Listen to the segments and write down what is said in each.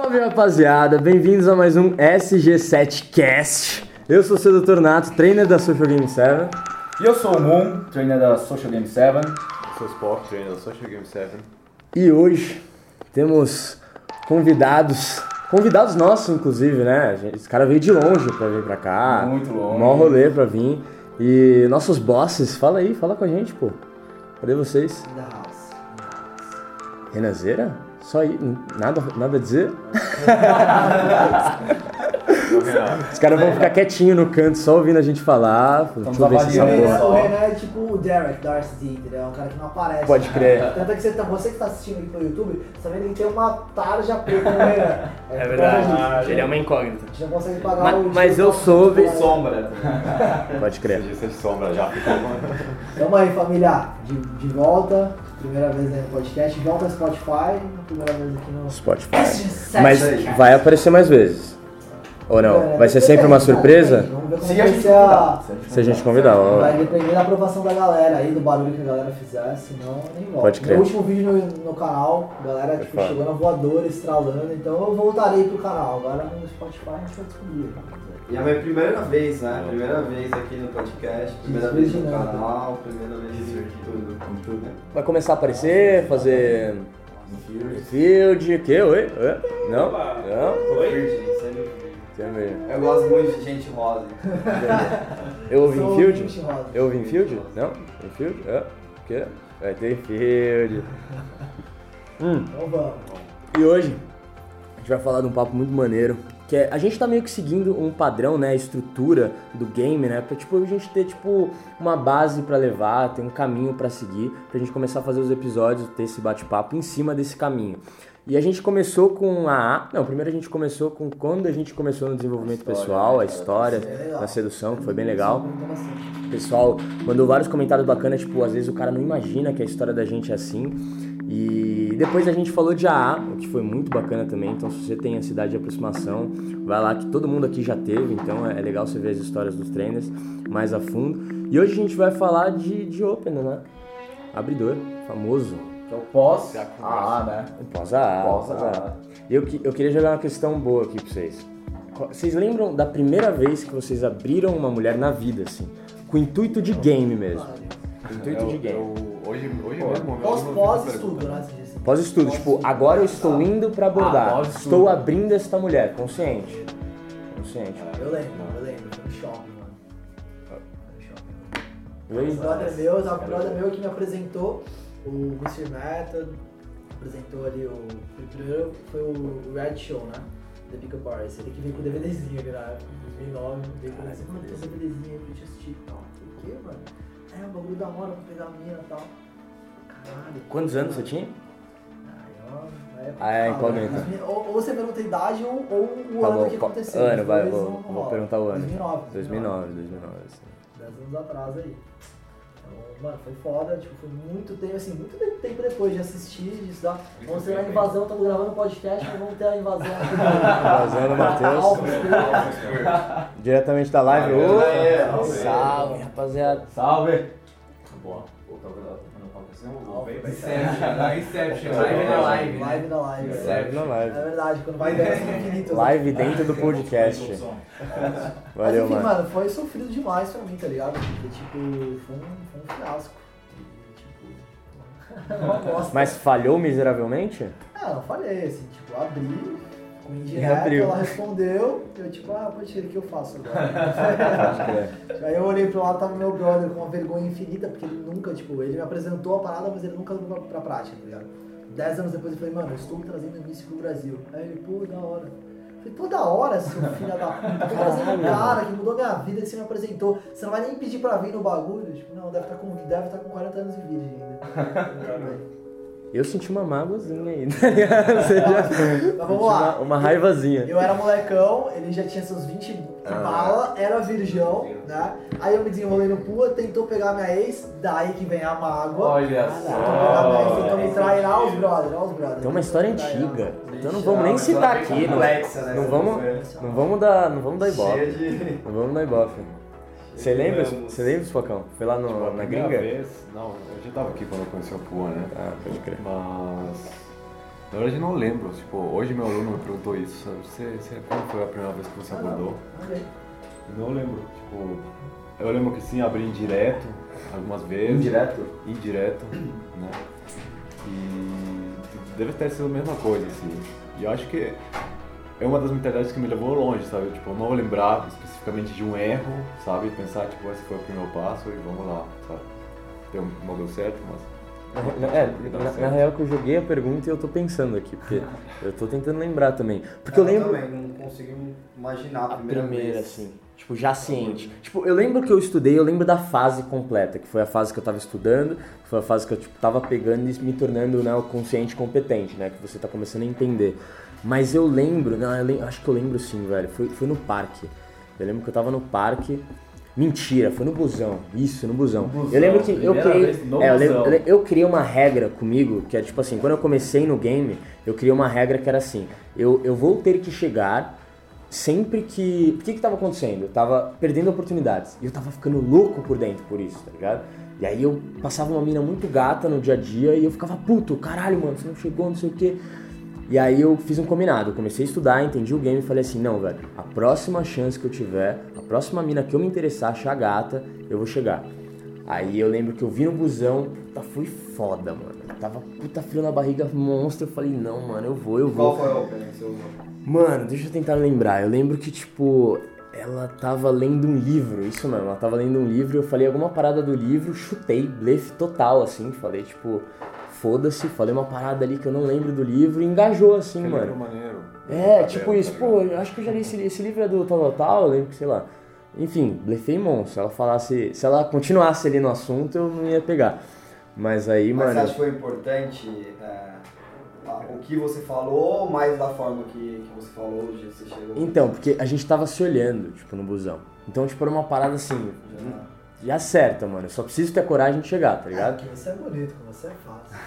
Salve, rapaziada! Bem-vindos a mais um SG7Cast. Eu sou o seu Dr. Nato, trainer da Social Game 7. E eu sou o Moon, trainer da Social Game 7. Eu sou o Spock, trainer da Social Game 7. E hoje temos convidados nossos, inclusive, né? Esse cara veio de longe pra vir pra cá. Muito longe. Mó rolê pra vir. E nossos bosses, fala aí, fala com a gente, pô. Cadê vocês? Da house. Renazeira? Só aí, nada a dizer? Os caras vão ficar quietinhos no canto, só ouvindo a gente falar. Deixa eu ver se essa porra... O Renan é tipo o Derek, Darcy D, entendeu? É um cara que não aparece. Pode crer. Tanto é que você que tá assistindo aqui pelo YouTube, você tá vendo que ele tem uma tarja preta no Renan. É verdade, ele é uma incógnita. A gente não consegue pagar mas eu soube... Sombra. Pode crer. Você de sombra já. Tamo aí, família. De volta. Primeira vez aí no podcast. Volta ao Spotify. Primeira vez aqui no Spotify. SG7. Mas vai aparecer mais vezes. Ou não? Vai ser sempre uma surpresa? Vamos ver como Se vai a gente ser a... Se a gente convidar, ó. Vai depender da aprovação da galera aí, do barulho que a galera fizer, senão nem volta. Pode crer. Meu último vídeo no canal, a galera tipo, foda. chegou na voadora, estralando, então eu voltarei pro canal. Agora no Spotify a gente vai descobrir. E é a minha primeira vez, né? Primeira vez aqui no podcast, primeira vez no Dinâmica. canal, primeira vez em tudo. Vai começar a aparecer, fazer... Field, o quê? Oi? Não? Não? Virgem, sempre. Também. Eu gosto muito de gente rosa. Eu ouvi Sou em Field? ouvinte rosa. Eu ouvi em Field? Não? Em Field? O quê? Vai ter Field. Então vamos. E hoje a gente vai falar de um papo muito maneiro, que é, a gente tá meio que seguindo um padrão, né, a estrutura do game, né, pra tipo, a gente ter tipo uma base pra levar, ter um caminho pra seguir, pra gente começar a fazer os episódios, ter esse bate-papo em cima desse caminho. E a gente começou com primeiro a gente começou com quando a gente começou no desenvolvimento pessoal, a história, na sedução, que foi bem legal. Então, assim, O pessoal mandou vários comentários bacanas, tipo, às vezes o cara não imagina que a história da gente é assim. E depois a gente falou de AA, o que foi muito bacana também, então se você tem a cidade de aproximação, vai lá que todo mundo aqui já teve, então é legal você ver as histórias dos trainers mais a fundo. E hoje a gente vai falar de opener, né? Abridor, famoso. Que é o pós-AA, né? Pós-AA. Eu queria jogar uma questão boa aqui pra vocês. Vocês lembram da primeira vez que vocês abriram uma mulher na vida, assim? Com intuito de game mesmo. Com intuito de game. Hoje mesmo. Pós-estudo, né? Assim. Pós-estudo, tipo, agora eu estou indo pra abordar. Estou abrindo esta mulher, consciente. Eu lembro, foi no shopping, mano. E aí? Um brother meu que me apresentou o Mr. Method, apresentou ali o primeiro foi o Red Show, né? The Pick Up Artist. Ele que veio com o DVDzinho ali na época, 2009, veio com esse, mano, tem um DVDzinho aí pra gente assistir e tal. O que, mano? É, um bagulho da hora pra pegar a mina e tal. Caralho. Quantos anos você tinha? É incógnita. Ou você pergunta a idade ou o Tá ano bom, que aconteceu. ano, Os vai, dois vou não rola. perguntar o ano. 2009. 2009, assim. 10 anos atrás aí. Então, mano, foi foda, tipo, foi muito tempo, assim, muito tempo depois de assistir, de estudar. Vamos ter a invasão, estamos gravando um podcast, mas vamos ter a invasão aqui Invasão do Matheus. Diretamente da live. Ô, salve, rapaziada. Salve! Boa. Inception, Live na live. Live na live. É verdade, quando vai dentro do infinito. Live dentro do podcast. Mas Valeu, enfim, mano. foi sofrido demais pra mim, tá ligado? Porque, tipo, foi um fiasco. E, tipo, uma bosta. Mas falhou miseravelmente? Não falhei, assim, tipo, abri, com E indireta, abriu. ela respondeu, eu tipo, pode ser, o que eu faço agora? Aí eu olhei pro lado, tava meu brother com uma vergonha infinita, porque ele nunca, tipo, ele me apresentou a parada, mas ele nunca levou pra prática, tá ligado? 10 anos depois eu falei, mano, eu estou trazendo a Mística pro Brasil. Aí ele, pô, da hora. Eu falei, pô, da hora, seu filho da puta, tô trazendo um cara que mudou minha vida, que você me apresentou, você não vai nem pedir pra vir no bagulho? Tipo, não, deve estar com 40 anos de virgem ainda. Eu senti uma mágoazinha aí, tá ligado? Você já Mas vamos lá. uma raivazinha. Eu era molecão, ele já tinha seus 20 bala, era virgão, né? Aí eu me desenrolei no pua, tentou pegar minha ex, daí que vem a mágoa. Olha Tentou pegar minha ex, tentou me trair, olha os brother. Tem uma história antiga. Então não vamos nem citar aqui. Não vamos dar ibope. Não vamos dar ibope. Você lembra, Focão? Foi lá na gringa? Vez, não, eu já tava aqui quando eu conheci o Pua, né? Ah, pode crer. Mas Na verdade, eu não lembro. Tipo, hoje meu aluno me perguntou isso, sabe? Quando foi a primeira vez que você abordou? Ok. Não lembro. Tipo, eu lembro que sim, abri indireto algumas vezes. Indireto, né? E deve ter sido a mesma coisa, assim. E eu acho que é uma das mentalidades que me levou longe, sabe? Tipo, eu não vou lembrar especificamente de um erro, sabe? Pensar, tipo, esse foi o primeiro passo e vamos lá, sabe? Não deu certo, mas... Na real que eu joguei a pergunta e eu tô pensando aqui, porque eu tô tentando lembrar também. Porque eu lembro... também não consigo imaginar a primeira assim, tipo, já ciente. Tipo, eu lembro que eu estudei, eu lembro da fase completa, que foi a fase que eu tava estudando, que foi a fase que eu, tipo, tava pegando e me tornando, né, o consciente competente, né, que você tá começando a entender. Mas eu lembro, acho que eu lembro sim, velho, foi no parque. Eu lembro que eu tava no parque... Mentira, foi no busão. Isso, no busão. Eu lembro que eu criei uma regra comigo, que é tipo assim, quando eu comecei no game, eu criei uma regra que era assim, eu vou ter que chegar sempre que... O que tava acontecendo? Eu tava perdendo oportunidades. E eu tava ficando louco por dentro por isso, tá ligado? E aí eu passava uma mina muito gata no dia a dia e eu ficava, puto, caralho, mano, você não chegou, não sei o quê. E aí eu fiz um combinado, eu comecei a estudar, entendi o game e falei assim, não, velho, a próxima chance que eu tiver, a próxima mina que eu me interessar, achar gata, eu vou chegar. Aí eu lembro que eu vi no busão, puta, foi foda, mano. Tava puta frio na barriga, monstro, eu falei, não, mano, eu vou. Qual foi a opening que você usou? Mano, deixa eu tentar lembrar, eu lembro que, tipo, ela tava lendo um livro, isso mesmo, ela tava lendo um livro, eu falei alguma parada do livro, chutei, blefe total, assim, falei, tipo... Foda-se, falei uma parada ali que eu não lembro do livro e engajou assim, que mano. Livro maneiro. Tipo isso, pô, eu acho que eu já li esse livro é do tal, eu lembro que, sei lá. Enfim, blefei monstro. Se ela falasse, se ela continuasse ali no assunto, eu não ia pegar. Mas aí, mano... Mas você acha que foi importante o que você falou ou mais da forma que você falou, o jeito que você chegou? Então, porque a gente tava se olhando, tipo, no busão. Então, tipo, era uma parada assim... Já acerta, mano. Eu só preciso ter coragem de chegar, tá ligado? Porque você é bonito, com você é fácil.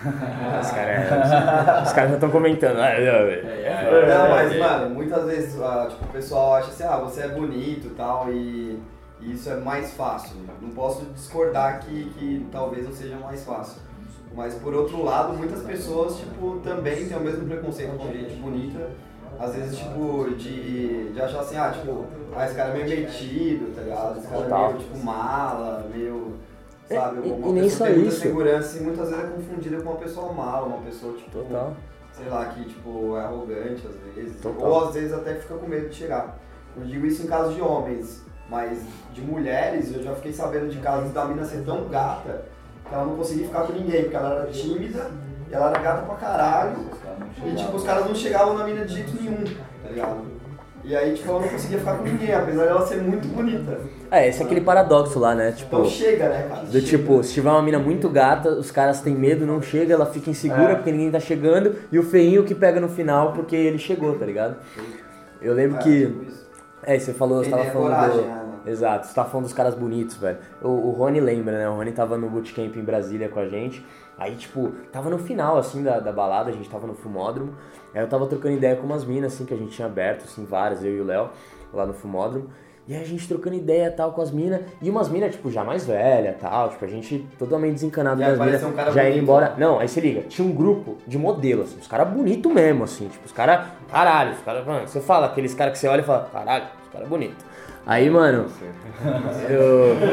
Os caras já estão comentando. Não, mas, mano, muitas vezes tipo, o pessoal acha assim, você é bonito e tal, e isso é mais fácil. Não posso discordar que talvez não seja mais fácil. Mas, por outro lado, muitas pessoas, tipo, também têm o mesmo preconceito com gente bonita. Às vezes, tipo, de achar assim, tipo, esse cara é meio metido, tá ligado? Esse cara é meio, tipo, mala, meio, sabe? Uma nem pessoa só tem muita isso. segurança e muitas vezes é confundida com uma pessoa mala, uma pessoa, tipo, Total. sei lá, que, tipo, é arrogante às vezes. Total. Ou às vezes até fica com medo de chegar. Eu digo isso em casos de homens, mas de mulheres, eu já fiquei sabendo de casos da mina ser tão gata que ela não conseguia ficar com ninguém, porque ela era tímida, e ela era gata pra caralho, e tipo, os caras não chegavam na mina de jeito nenhum, tá ligado? E aí, tipo, ela não conseguia ficar com ninguém, apesar dela ser muito bonita. Esse é aquele paradoxo lá, né? Tipo, então chega, né, cara? Do tipo, se tiver uma mina muito gata, os caras têm medo, não chega, ela fica insegura porque ninguém tá chegando, e o feinho que pega no final porque ele chegou, tá ligado? Eu lembro que... Tipo isso. Você falou, você tava falando coragem, do... né? Exato, você tava falando dos caras bonitos, velho. O Rony lembra, né? O Rony tava no bootcamp em Brasília com a gente. Aí, tipo, tava no final, assim, da balada, a gente tava no fumódromo. Aí eu tava trocando ideia com umas minas, assim, que a gente tinha aberto, assim, várias, eu e o Léo, lá no fumódromo. E aí a gente trocando ideia, tal, com as minas. E umas minas, tipo, já mais velha, tal. Tipo, a gente totalmente desencanado das minas. Um cara já ia bonito, embora. Não, aí se liga, tinha um grupo de modelo, assim. Os caras bonitos mesmo, assim. Tipo, os caras, caralho, os caras, mano, você fala, aqueles caras que você olha e fala, caralho, os caras bonitos. Aí, mano, O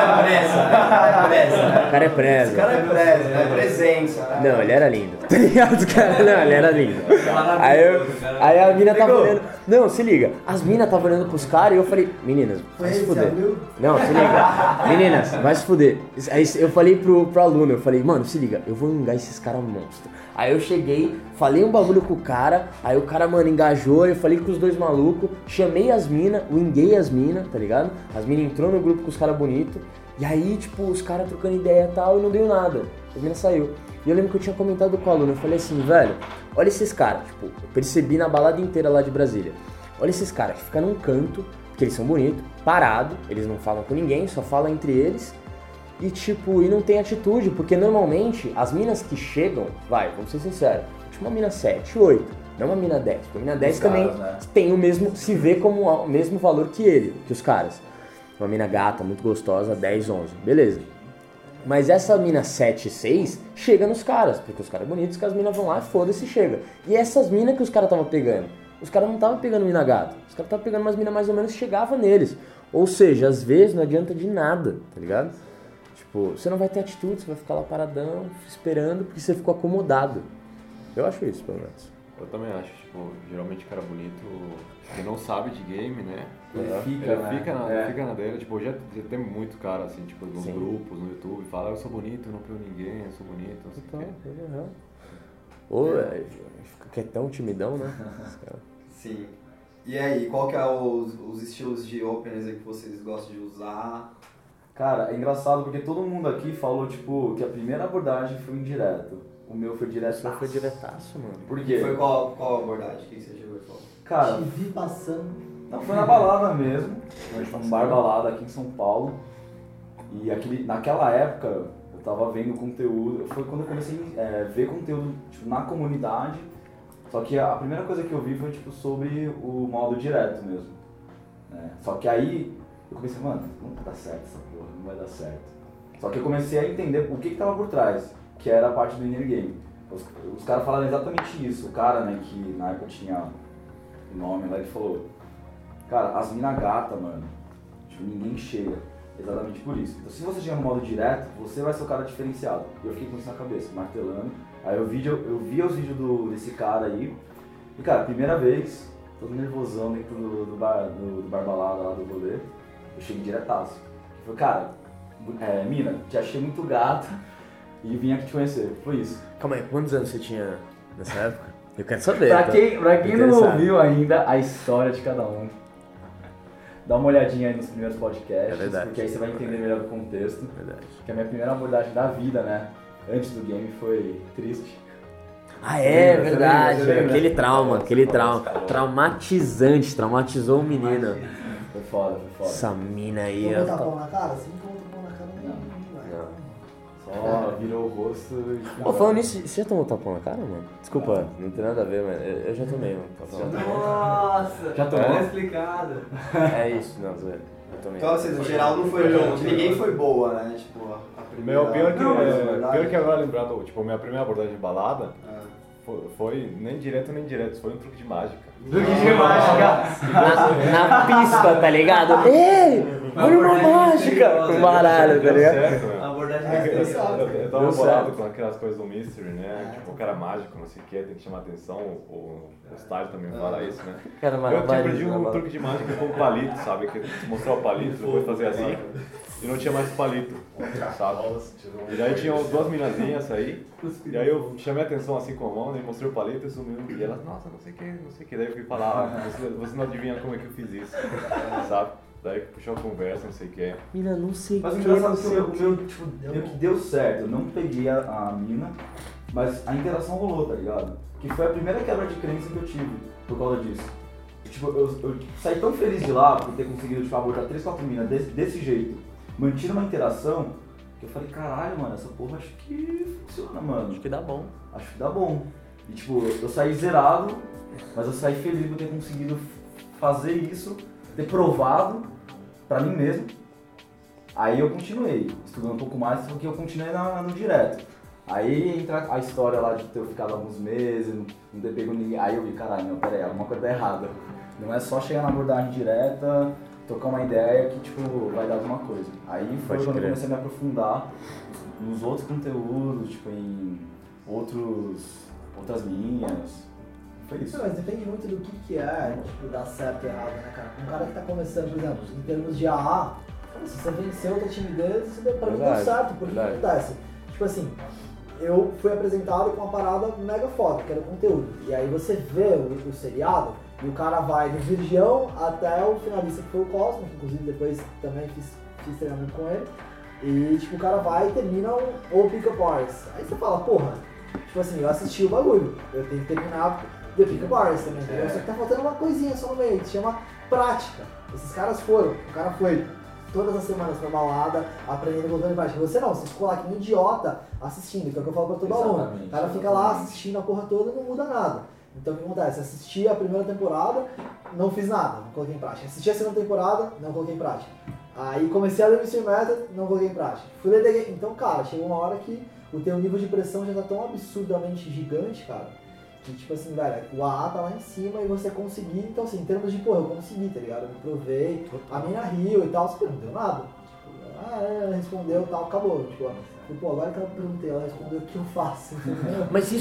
cara é presa, O cara é presa. é presença. Né? Não, ele era lindo. Tá ligado? Não, ele era lindo. Aí a mina tava olhando. Não, se liga. As minas estavam olhando pros caras e eu falei, meninas, vai se fuder. Não, se liga. Meninas, vai se fuder. Aí eu falei pro aluno, eu falei, mano, se liga, eu vou engajar esses caras monstros. Aí eu cheguei, falei um bagulho com o cara, aí o cara, mano, engajou, eu falei com os dois malucos, chamei as minas, winguei as minas, tá ligado? As minas entrou no grupo com os caras bonitos, e aí, tipo, os caras trocando ideia e tal, e não deu nada. As minas saiu. E eu lembro que eu tinha comentado com o aluno, eu falei assim, velho, olha esses caras, tipo, eu percebi na balada inteira lá de Brasília. Olha esses caras que ficam num canto, porque eles são bonitos, parado, eles não falam com ninguém, só falam entre eles. E tipo, e não tem atitude, porque normalmente as minas que chegam, vamos ser sinceros, tipo uma mina 7, 8, não uma mina 10, porque a mina 10 também caras, né? tem o mesmo, se vê como o mesmo valor que ele, que os caras. Uma mina gata, muito gostosa, 10, 11, beleza. Mas essa mina 7 e 6 chega nos caras, porque os caras bonitos, que as minas vão lá e foda-se, chega. E essas minas que os caras estavam pegando, os caras não estavam pegando mina gato, os caras estavam pegando umas minas mais ou menos que chegavam neles. Ou seja, às vezes não adianta de nada, tá ligado? Tipo, você não vai ter atitude, você vai ficar lá paradão, esperando, porque você ficou acomodado. Eu acho isso, pelo menos. Eu também acho, tipo, geralmente cara bonito, que não sabe de game, né? Fica na dele, tipo, já tem muito cara assim, tipo, nos grupos, no YouTube, fala, eu sou bonito, não pego ninguém, eu sou bonito, não sei o quê. Ou fica quietão, timidão, né? Sim. E aí, qual que é os estilos de openers aí que vocês gostam de usar? Cara, é engraçado porque todo mundo aqui falou, tipo, que a primeira abordagem foi indireto. O meu foi direto. Foi diretaço, mano. Por quê? Foi qual abordagem? O que você chegou e falou? Cara, Te vi passando. não, foi na balada mesmo. Foi um bar balada aqui em São Paulo. E naquela época eu tava vendo conteúdo. Foi quando eu comecei a ver conteúdo tipo, na comunidade. Só que a primeira coisa que eu vi foi tipo, sobre o modo direto mesmo. Né? Só que aí eu comecei, mano, não vai dar certo essa porra, não vai dar certo. Só que eu comecei a entender o que tava por trás, que era a parte do inner game. Os caras falaram exatamente isso. O cara, né, que na época tinha o nome lá, ele falou, cara, as mina gata, mano, tipo, ninguém chega. Exatamente por isso. Então se você chegar no modo direto, você vai ser o cara diferenciado. E eu fiquei com isso na cabeça, martelando. Aí eu via os vídeos desse cara aí. E cara, primeira vez, todo nervosão dentro do bar balada lá do rolê. Eu cheguei diretaço. Eu falei, cara, mina, te achei muito gata e vim aqui te conhecer. Foi isso. Calma aí, quantos anos você tinha nessa época? Eu quero saber. Pra quem não ouviu ainda a história de cada um, dá uma olhadinha aí nos primeiros podcasts, porque aí você vai entender melhor o contexto. Verdade. Que a minha primeira abordagem da vida, né, antes do game foi triste. Ah, é Você verdade. lembra? Aquele trauma. Traumatizante, traumatizou o menino. Foi foda. Essa mina aí, Vou botar ó. pão na cara? Se não botar pão na cara, não vai. Só virou o rosto e... Ô, falando nisso, você já tomou tapão na cara, mano? Desculpa, não tem nada a ver, mas eu já tomei, mano. Nossa! Já tomou? Tá explicado. É isso, não, zoeira. Eu tomei. Então, assim, no geral não foi bom. Ninguém foi boa, né? Tipo, a primeira... Pior que agora lembrando, tipo, minha primeira abordagem de balada Ah. foi nem direto, foi um truque de mágica. Truque de mágica! Na pista, tá ligado? Ei! Olha uma mágica! Com baralho, tá ligado? Certo, né? A abordagem Eu tava bolado com aquelas coisas do Mystery, né? Tipo, o cara mágico, não sei o que, tem que chamar atenção, o style também fala isso, né? Cara, Eu perdi um truque de mágica com o palito, sabe? Que mostrar o palito, depois fazer assim, e não tinha mais palito, sabe? E daí tinha duas minazinhas aí, e aí eu chamei a atenção assim com a mão, né? Mostrei o palito e sumiu, e elas, nossa, não sei o que, daí eu fui falar, você não adivinha como é que eu fiz isso, sabe? Daí puxou a conversa, não sei o que. Mina, não sei o Mas o que. engraçado é que o meu, tipo, meio que deu certo. Eu não peguei a mina, mas a interação rolou, tá ligado? Que foi a primeira quebra de crença que eu tive por causa disso. Tipo, eu saí tão feliz de lá por ter conseguido tipo, abordar 3, 4 minas desse jeito. Mantive uma interação que eu falei, caralho, mano, essa porra acho que funciona, mano. Acho que dá bom. Acho que dá bom. E tipo, eu saí zerado, mas eu saí feliz por ter conseguido fazer isso, ter provado pra mim mesmo. Aí eu continuei, estudando um pouco mais, porque eu continuei no direto. Aí entra a história lá de ter ficado alguns meses, não ter pego ninguém. Aí eu vi, caralho, não, peraí, alguma coisa tá errada. Não é só chegar na abordagem direta, tocar uma ideia que tipo, vai dar alguma coisa. Aí foi quando eu comecei a me aprofundar nos outros conteúdos, tipo em outras linhas. Foi isso. Não, mas depende muito do que é, tipo, dar certo e errado, né, cara? Um cara que tá começando, por exemplo, em termos de AA, se você venceu outra timidez, isso pra mim deu certo, porque o que acontece? Tipo assim, eu fui apresentado com uma parada mega foda, que era o conteúdo. E aí você vê o seriado, e o cara vai do virgão até o finalista que foi o Cosmo, que inclusive depois também fiz treinamento com ele. E tipo, o cara vai e termina o Pick-up Artists. Aí você fala, porra, tipo assim, eu assisti o bagulho, eu tenho que terminar The Pick-up Artists também, entendeu? Só que tá faltando uma coisinha só no meio, que se chama prática. Esses caras o cara foi todas as semanas pra balada, aprendendo, voltando em prática. Você não, você ficou lá que um idiota assistindo, que é o que eu falo pra todo aluno. O cara fica lá assistindo a porra toda e não muda nada. Então o que acontece? Assisti a primeira temporada, não fiz nada, não coloquei em prática. Assisti a segunda temporada, não coloquei em prática. Aí comecei a ler o Mystery Method, não coloquei em prática. Fui ler The Game. Então, cara, chegou uma hora que o teu nível de pressão já tá tão absurdamente gigante, cara, que tipo assim, velho, o AA tá lá em cima e você conseguir, então assim, em termos de, eu consegui, tá ligado? Eu me provei, a mina riu e tal, não deu nada. Tipo, ela respondeu e tal, acabou. Tipo, agora que ela perguntei, ela respondeu o que eu faço. Mas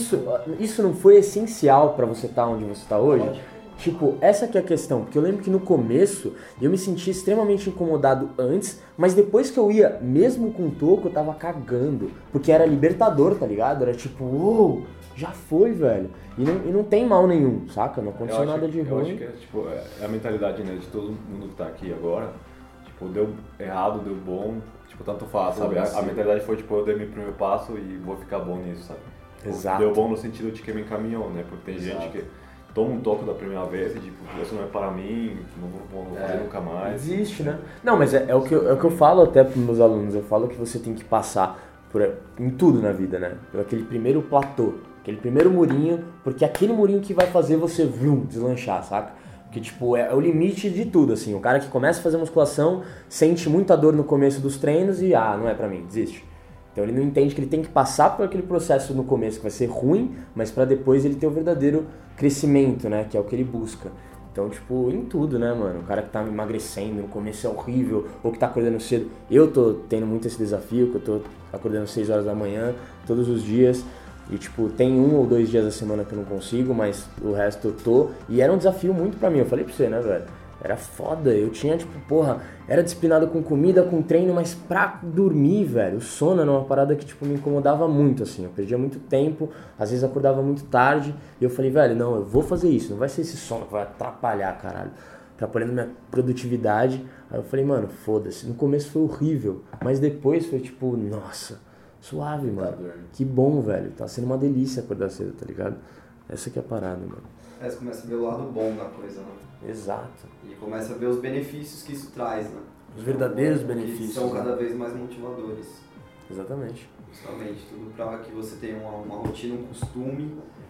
isso não foi essencial pra você estar onde você tá hoje? Lógico. Tipo, essa que é a questão, porque eu lembro que no começo eu me sentia extremamente incomodado antes, mas depois que eu ia, mesmo com toco, eu tava cagando, porque era libertador, tá ligado? Era tipo, uou, já foi, velho. E não tem mal nenhum, saca? Não aconteceu nada de ruim. Eu acho que tipo, é a mentalidade, né, de todo mundo que tá aqui agora. Tipo, deu errado, deu bom, tipo, tanto faz, sabe? A mentalidade foi, tipo, eu dei meu primeiro passo e vou ficar bom nisso, sabe? Exato. Deu bom no sentido de que me encaminhou, né? Porque tem gente que toma um toque da primeira vez e tipo, isso não é para mim, não vou fazer nunca mais. Existe, né? Não, mas é o que eu falo até pros meus alunos, eu falo que você tem que passar em tudo na vida, né? Por aquele primeiro platô, aquele primeiro murinho, porque é aquele murinho que vai fazer você deslanchar, saca? Porque, tipo, é o limite de tudo, assim. O cara que começa a fazer musculação sente muita dor no começo dos treinos e, não é pra mim, desiste. Então ele não entende que ele tem que passar por aquele processo no começo que vai ser ruim, mas pra depois ele ter o verdadeiro crescimento, né? Que é o que ele busca. Então, tipo, em tudo, né, mano? O cara que tá emagrecendo, no começo é horrível, ou que tá acordando cedo. Eu tô tendo muito esse desafio, que eu tô acordando 6 horas da manhã, todos os dias. E, tipo, tem 1 ou 2 dias da semana que eu não consigo, mas o resto eu tô. E era um desafio muito pra mim, eu falei pra você, né, velho? Era foda, eu tinha, tipo, era disciplinado com comida, com treino, mas pra dormir, velho, o sono era uma parada que, tipo, me incomodava muito, assim, eu perdia muito tempo, às vezes acordava muito tarde, e eu falei, velho, não, eu vou fazer isso, não vai ser esse sono que vai atrapalhar, caralho, atrapalhando minha produtividade. Aí eu falei, mano, foda-se, no começo foi horrível, mas depois foi, tipo, nossa, suave, mano, que bom, velho, tá sendo uma delícia acordar cedo, tá ligado? Essa que é a parada, mano. Você começa a ver o lado bom da coisa, né? Exato. E começa a ver os benefícios que isso traz, né? Os verdadeiros Que benefícios. são cada vez mais motivadores. Exatamente. Justamente, tudo para que você tenha uma rotina, um costume,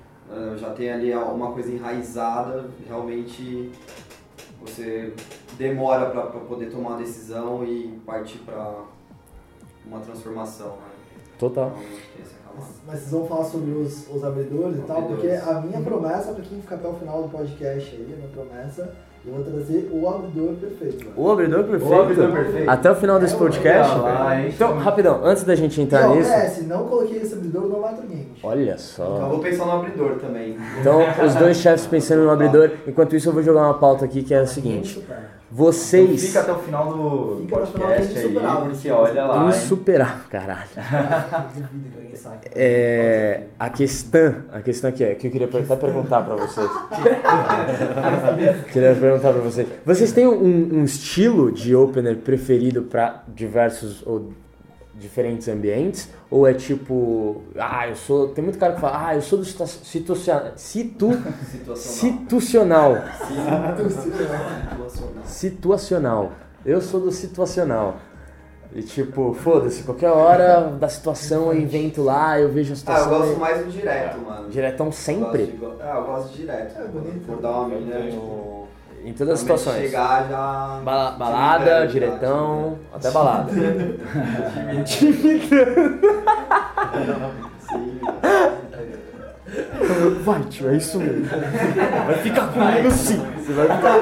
já tenha ali uma coisa enraizada, realmente você demora para poder tomar a decisão e partir para uma transformação, né? Total. Mas vocês vão falar sobre os abridores e tal, porque a minha promessa, pra quem ficar até o final do podcast aí, a minha promessa, eu vou trazer o abridor perfeito. Mano. O abridor perfeito? O abridor perfeito. Até o final desse podcast? Então, rapidão, antes da gente entrar nisso... Se não coloquei esse abridor no Matro Games. Olha só. Então eu vou pensar no abridor também. Então, os dois chefes pensando no abridor. Enquanto isso, eu vou jogar uma pauta aqui que é a seguinte. Vocês... Então fica até o final do podcast aí, porque olha lá, insuperável, caralho. A questão aqui é que eu queria até perguntar pra vocês. Vocês têm um estilo de opener preferido pra diversos ou diferentes ambientes? Ou é tipo, tem muito cara que fala, eu sou do situacional. Eu sou do situacional. E tipo, foda-se, qualquer hora da situação eu invento lá, eu vejo a situação. Eu gosto mais do direto, mano. Diretão sempre? Eu gosto de direto. Por dar uma mina, em todas as situações. Chegar já... Balada, diretão, até balada. Vai, tio, é isso mesmo. Vai ficar comigo sim. Você vai ficar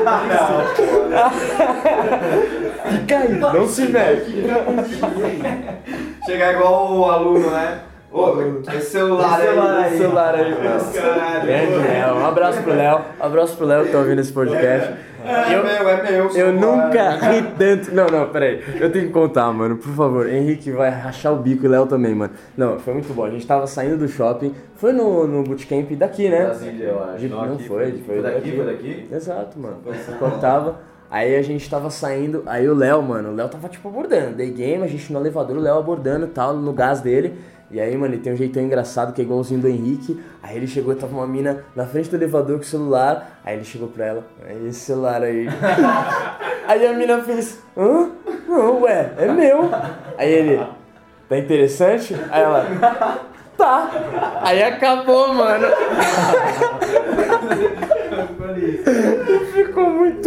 comigo sim. Fica aí, não se mexe. Chegar igual o aluno, né? Esse celular aí, mano. Grande Léo, um abraço pro Léo que tá ouvindo esse podcast. É meu. Eu nunca ri tanto. Não, peraí. Eu tenho que contar, mano, por favor. Henrique vai rachar o bico e Léo também, mano. Não, foi muito bom. A gente tava saindo do shopping. Foi no bootcamp daqui, né? Brasília, eu acho. Não foi. Foi daqui? Exato, mano. Quando tava. Aí a gente tava saindo. Aí o Léo tava tipo abordando. Day game, a gente no elevador, o Léo abordando e tal, no gás dele. E aí, mano, ele tem um jeitão engraçado que é igualzinho do Henrique. Aí ele chegou e tava uma mina na frente do elevador com o celular. Aí ele chegou pra ela, esse celular aí. Aí a mina fez, não, ué, é meu. Aí ele, tá interessante? Aí ela, tá. Aí acabou, mano. Ficou muito bom,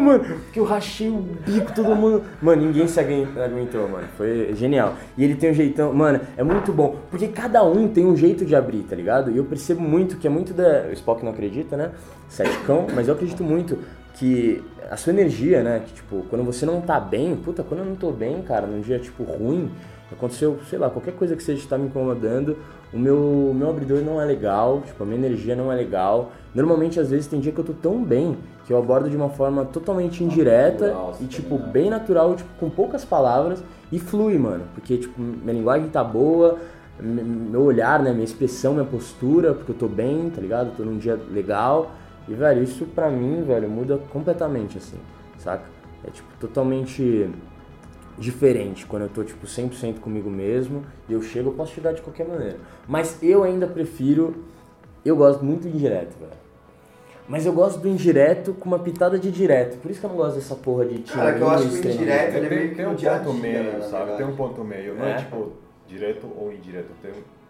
mano, porque eu rachei o bico, todo mundo... Mano, ninguém se aguentou, mano, foi genial. E ele tem um jeitão, mano, é muito bom, porque cada um tem um jeito de abrir, tá ligado? E eu percebo muito que é muito da... O Spock não acredita, né? Ceticão, mas eu acredito muito que a sua energia, né, que tipo, quando você não tá bem, puta, quando eu não tô bem, cara, num dia, tipo, ruim, aconteceu, sei lá, qualquer coisa que seja tá me incomodando, o meu abridor não é legal, tipo, a minha energia não é legal. Normalmente, às vezes, tem dia que eu tô tão bem que eu abordo de uma forma totalmente indireta natural, e, tipo, bem natural, tipo, com poucas palavras e flui, mano. Porque, tipo, minha linguagem tá boa, meu olhar, né, minha expressão, minha postura, porque eu tô bem, tá ligado? Tô num dia legal. E, velho, isso pra mim, velho, muda completamente, assim, saca? É, tipo, totalmente diferente quando eu tô, tipo, 100% comigo mesmo e eu chego, eu posso chegar de qualquer maneira. Mas eu ainda prefiro, eu gosto muito do indireto, velho. Mas eu gosto do indireto com uma pitada de direto. Por isso que eu não gosto dessa porra de tirar. Cara, que eu acho que o indireto ele é meio que tem um ponto meio, sabe? Tem um ponto meio, não é tipo direto ou indireto, tem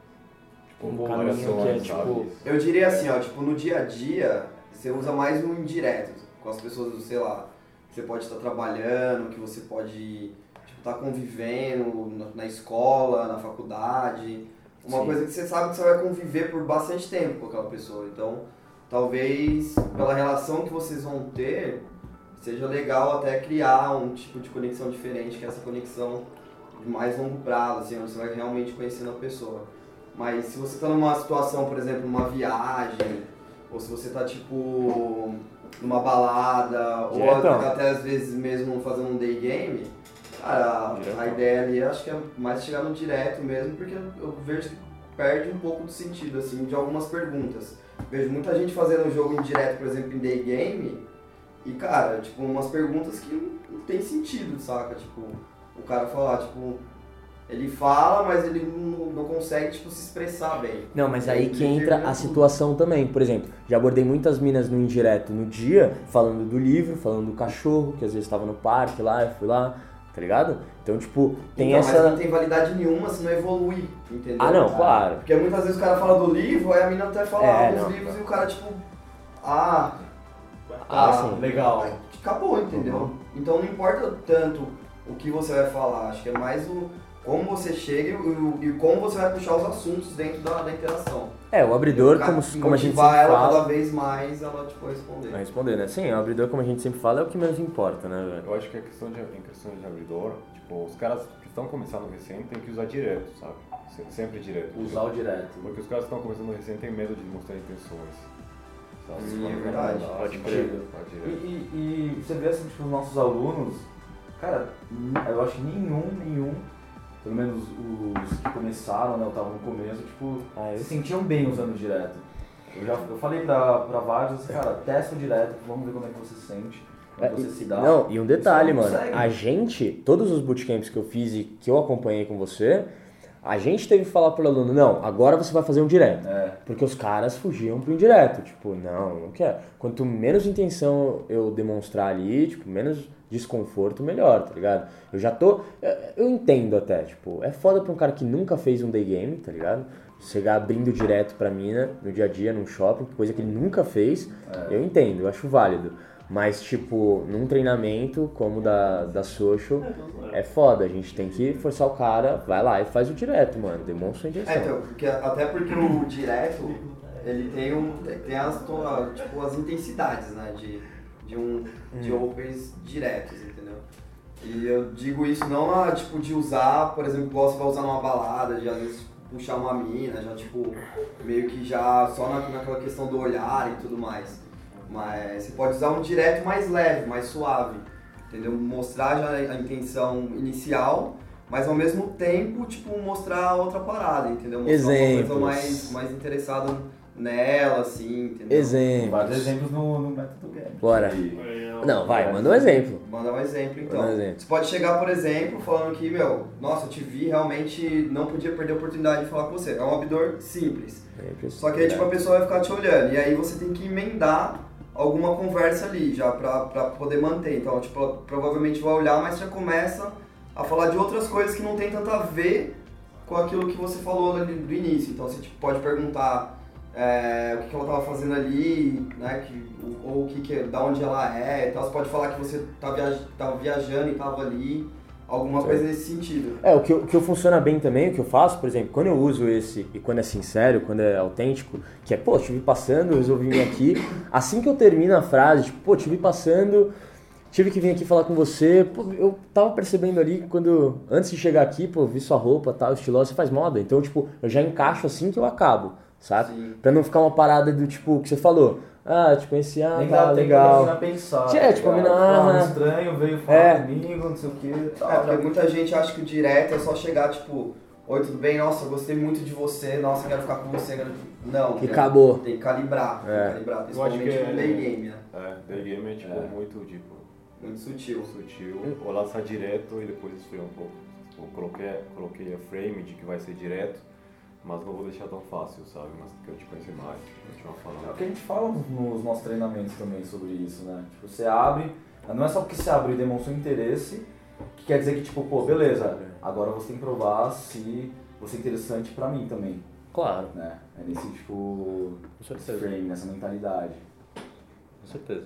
tipo caminho que é tipo... Eu diria assim, ó, tipo, no dia a dia, você usa mais o indireto com as pessoas, sei lá, que você pode estar trabalhando, que você pode estar convivendo na escola, na faculdade, uma coisa que você sabe que você vai conviver por bastante tempo com aquela pessoa, então talvez pela relação que vocês vão ter, seja legal até criar um tipo de conexão diferente, que é essa conexão de mais longo prazo, assim, onde você vai realmente conhecendo a pessoa. Mas se você está numa situação, por exemplo, numa viagem, ou se você está tipo numa balada, ou até às vezes mesmo fazendo um day game, cara, a ideia ali acho que é mais chegar no direto mesmo, porque eu vejo que perde um pouco do sentido, assim, de algumas perguntas. Vejo muita gente fazendo um jogo em direto, por exemplo, em day game, e cara, tipo, umas perguntas que não tem sentido, saca? Tipo, o cara falar, tipo, ele fala, mas ele não consegue, tipo, se expressar bem. Não, mas aí que entra a situação também. Por exemplo, já abordei muitas minas no indireto no dia, falando do livro, falando do cachorro, que às vezes estava no parque lá, eu fui lá, tá ligado? Então, tipo, tem então, essa... Mas não tem validade nenhuma se não evolui, entendeu? Ah, não, claro. Porque muitas vezes o cara fala do livro, aí a mina até fala dos livros e o cara, tipo, sim. Legal. Acabou, entendeu? Uhum. Então não importa tanto o que você vai falar, acho que é mais como você chega e como você vai puxar os assuntos dentro da interação. O abridor, como a gente sempre ela fala... cada vez mais, ela tipo, responder. Vai responder, né? Sim, o abridor, como a gente sempre fala, é o que menos importa, né, velho? Eu acho que em questão de abridor, tipo, os caras que estão começando recém tem que usar direto, sabe? Sempre direto. Usar o direto. Porque os caras que estão começando recém têm medo de mostrar intenções. Sabe? Sim, é verdade. Pode crer. E você vê assim, tipo, os nossos alunos, cara, eu acho que nenhum, pelo menos os que começaram, né, eu tava no começo, tipo, se sentiam bem usando direto. Eu falei pra vários, assim, cara, testa o direto, vamos ver como é que você se sente, como você se dá. Não, e um detalhe, Você mano, consegue. a gente, todos os bootcamps que eu fiz e que eu acompanhei com você, a gente teve que falar pro aluno, não, agora você vai fazer um direto. Porque os caras fugiam pro indireto, tipo, não quero. Quanto menos intenção eu demonstrar ali, tipo, menos desconforto, melhor, tá ligado? Eu entendo até, tipo, é foda pra um cara que nunca fez um day game, tá ligado? Chegar abrindo direto pra mina no dia a dia, num shopping, coisa que ele nunca fez, eu entendo, eu acho válido. Mas, tipo, num treinamento como da Social, é foda. A gente tem que forçar o cara, vai lá e faz o direto, mano. Demonstra a intenção. Então, até porque o direto, ele tem as intensidades, né, de opens diretos, entendeu? E eu digo isso não tipo, de usar, por exemplo, igual você vai usar numa balada, de às vezes puxar uma mina, já tipo, meio que já só naquela questão do olhar e tudo mais. Mas você pode usar um direto mais leve, mais suave, entendeu? Mostrar já a intenção inicial, mas ao mesmo tempo, tipo, mostrar outra parada, entendeu? Mostrar Exemplos. uma coisa mais interessada nela, assim, entendeu? Exemplos. Vários exemplos no método game. Bora. Não, vai, manda um exemplo. Manda um exemplo, então. Manda um exemplo. Você pode chegar, por exemplo, falando que, nossa, eu te vi, realmente não podia perder a oportunidade de falar com você. É um abridor simples. Só que aí, tipo, a pessoa vai ficar te olhando, e aí você tem que emendar alguma conversa ali, já pra poder manter. Então, tipo, provavelmente vai olhar, mas já começa a falar de outras coisas que não tem tanto a ver com aquilo que você falou ali do início. Então, você tipo, pode perguntar o que ela tava fazendo ali, né? Ou da onde ela é e tal. Você pode falar que você tava viajando e tava ali. Alguma coisa nesse sentido. O que funciona bem também, o que eu faço, por exemplo, quando eu uso esse, e quando é sincero, quando é autêntico, que é, pô, te vi passando, eu resolvi vir aqui, assim que eu termino a frase, tipo, pô, te vi passando, tive que vir aqui falar com você, pô, eu tava percebendo ali, antes de chegar aqui, pô, vi sua roupa, tal, estilosa, você faz moda, então, tipo, eu já encaixo assim que eu acabo, sabe? Sim. Pra não ficar uma parada do, tipo, que você falou, te conheci, tá, legal. Nem pensar. Tipo, a mina... estranho, veio falar comigo, não sei o que. Porque muita gente acha que o direto é só chegar, tipo, oi, tudo bem? Nossa, eu gostei muito de você, nossa, quero ficar com você. Não, que acabou. Tem que calibrar, principalmente no day game, né? Day game é tipo muito, tipo... Muito sutil. Ou lançar direto e depois esfriar um pouco. Eu coloquei a frame de que vai ser direto, mas não vou deixar tão fácil, sabe? Mas quero te conhecer mais, continuar falando. É o que a gente fala nos nossos treinamentos também sobre isso, né? Tipo, você abre, não é só porque você abre e demonstra um interesse, que quer dizer que, tipo, pô, beleza, agora você tem que provar se você é interessante pra mim também. Claro. Né? É nesse, tipo, frame, nessa mentalidade. Com certeza.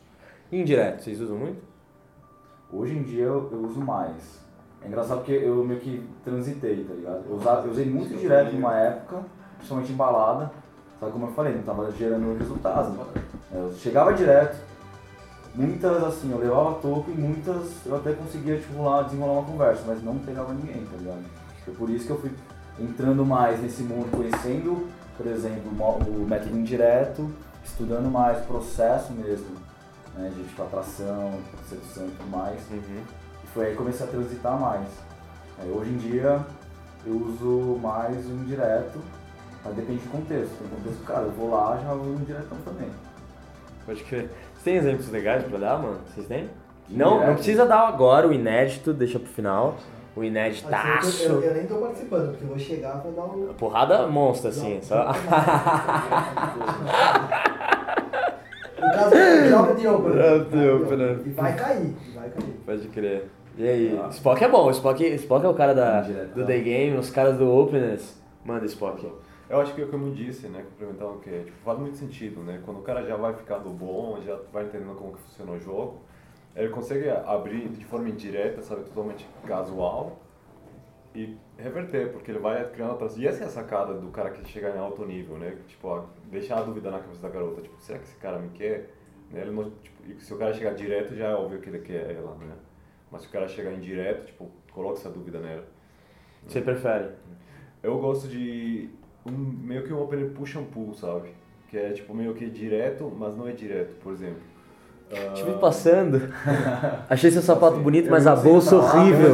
E indireto, vocês usam muito? Hoje em dia eu uso mais. É engraçado porque eu meio que transitei, tá ligado? Eu usei muito direto numa época, principalmente em balada, só que como eu falei, não tava gerando resultados. Eu chegava direto, muitas assim, eu levava toco e muitas eu até conseguia tipo, lá desenrolar uma conversa, mas não pegava ninguém, tá ligado? Foi por isso que eu fui entrando mais nesse mundo, conhecendo, por exemplo, o método indireto, estudando mais o processo mesmo, né, de tipo, atração, sedução e tudo mais. Foi aí que comecei a transitar mais. Hoje em dia eu uso mais o indireto, mas depende do contexto. Tem contexto, cara, eu vou lá já uso um diretão também. Pode crer. Você tem exemplos legais pra dar, mano? Vocês têm? Não precisa dar agora o inédito, deixa pro final. O inéditaço. Eu nem tô participando, porque eu vou chegar pra dar um... Porrada monstra, assim. Só... No caso, joga de opener. E vai cair. Pode crer. E aí? Spock é bom, o Spock é o cara do Day Game, os caras do Openness. Manda Spock. Eu acho que, como eu disse, né, complementar o que tipo, faz muito sentido, né? Quando o cara já vai ficando bom, já vai entendendo como que funciona o jogo, ele consegue abrir de forma indireta, sabe, totalmente casual e reverter, porque ele vai criando outras... E essa é a sacada do cara que chega em alto nível, né? Tipo, deixar a dúvida na cabeça da garota, tipo, será que esse cara me quer? Né? Ele não, tipo, e se o cara chegar direto, já é óbvio que ele quer ela, né? Mas se o cara chegar indireto, tipo, coloca essa dúvida nela. Você prefere? Eu gosto de meio que um opener push and pull, sabe? Que é tipo meio que direto, mas não é direto, por exemplo. Te vi passando, achei seu sapato bonito, mas a bolsa horrível.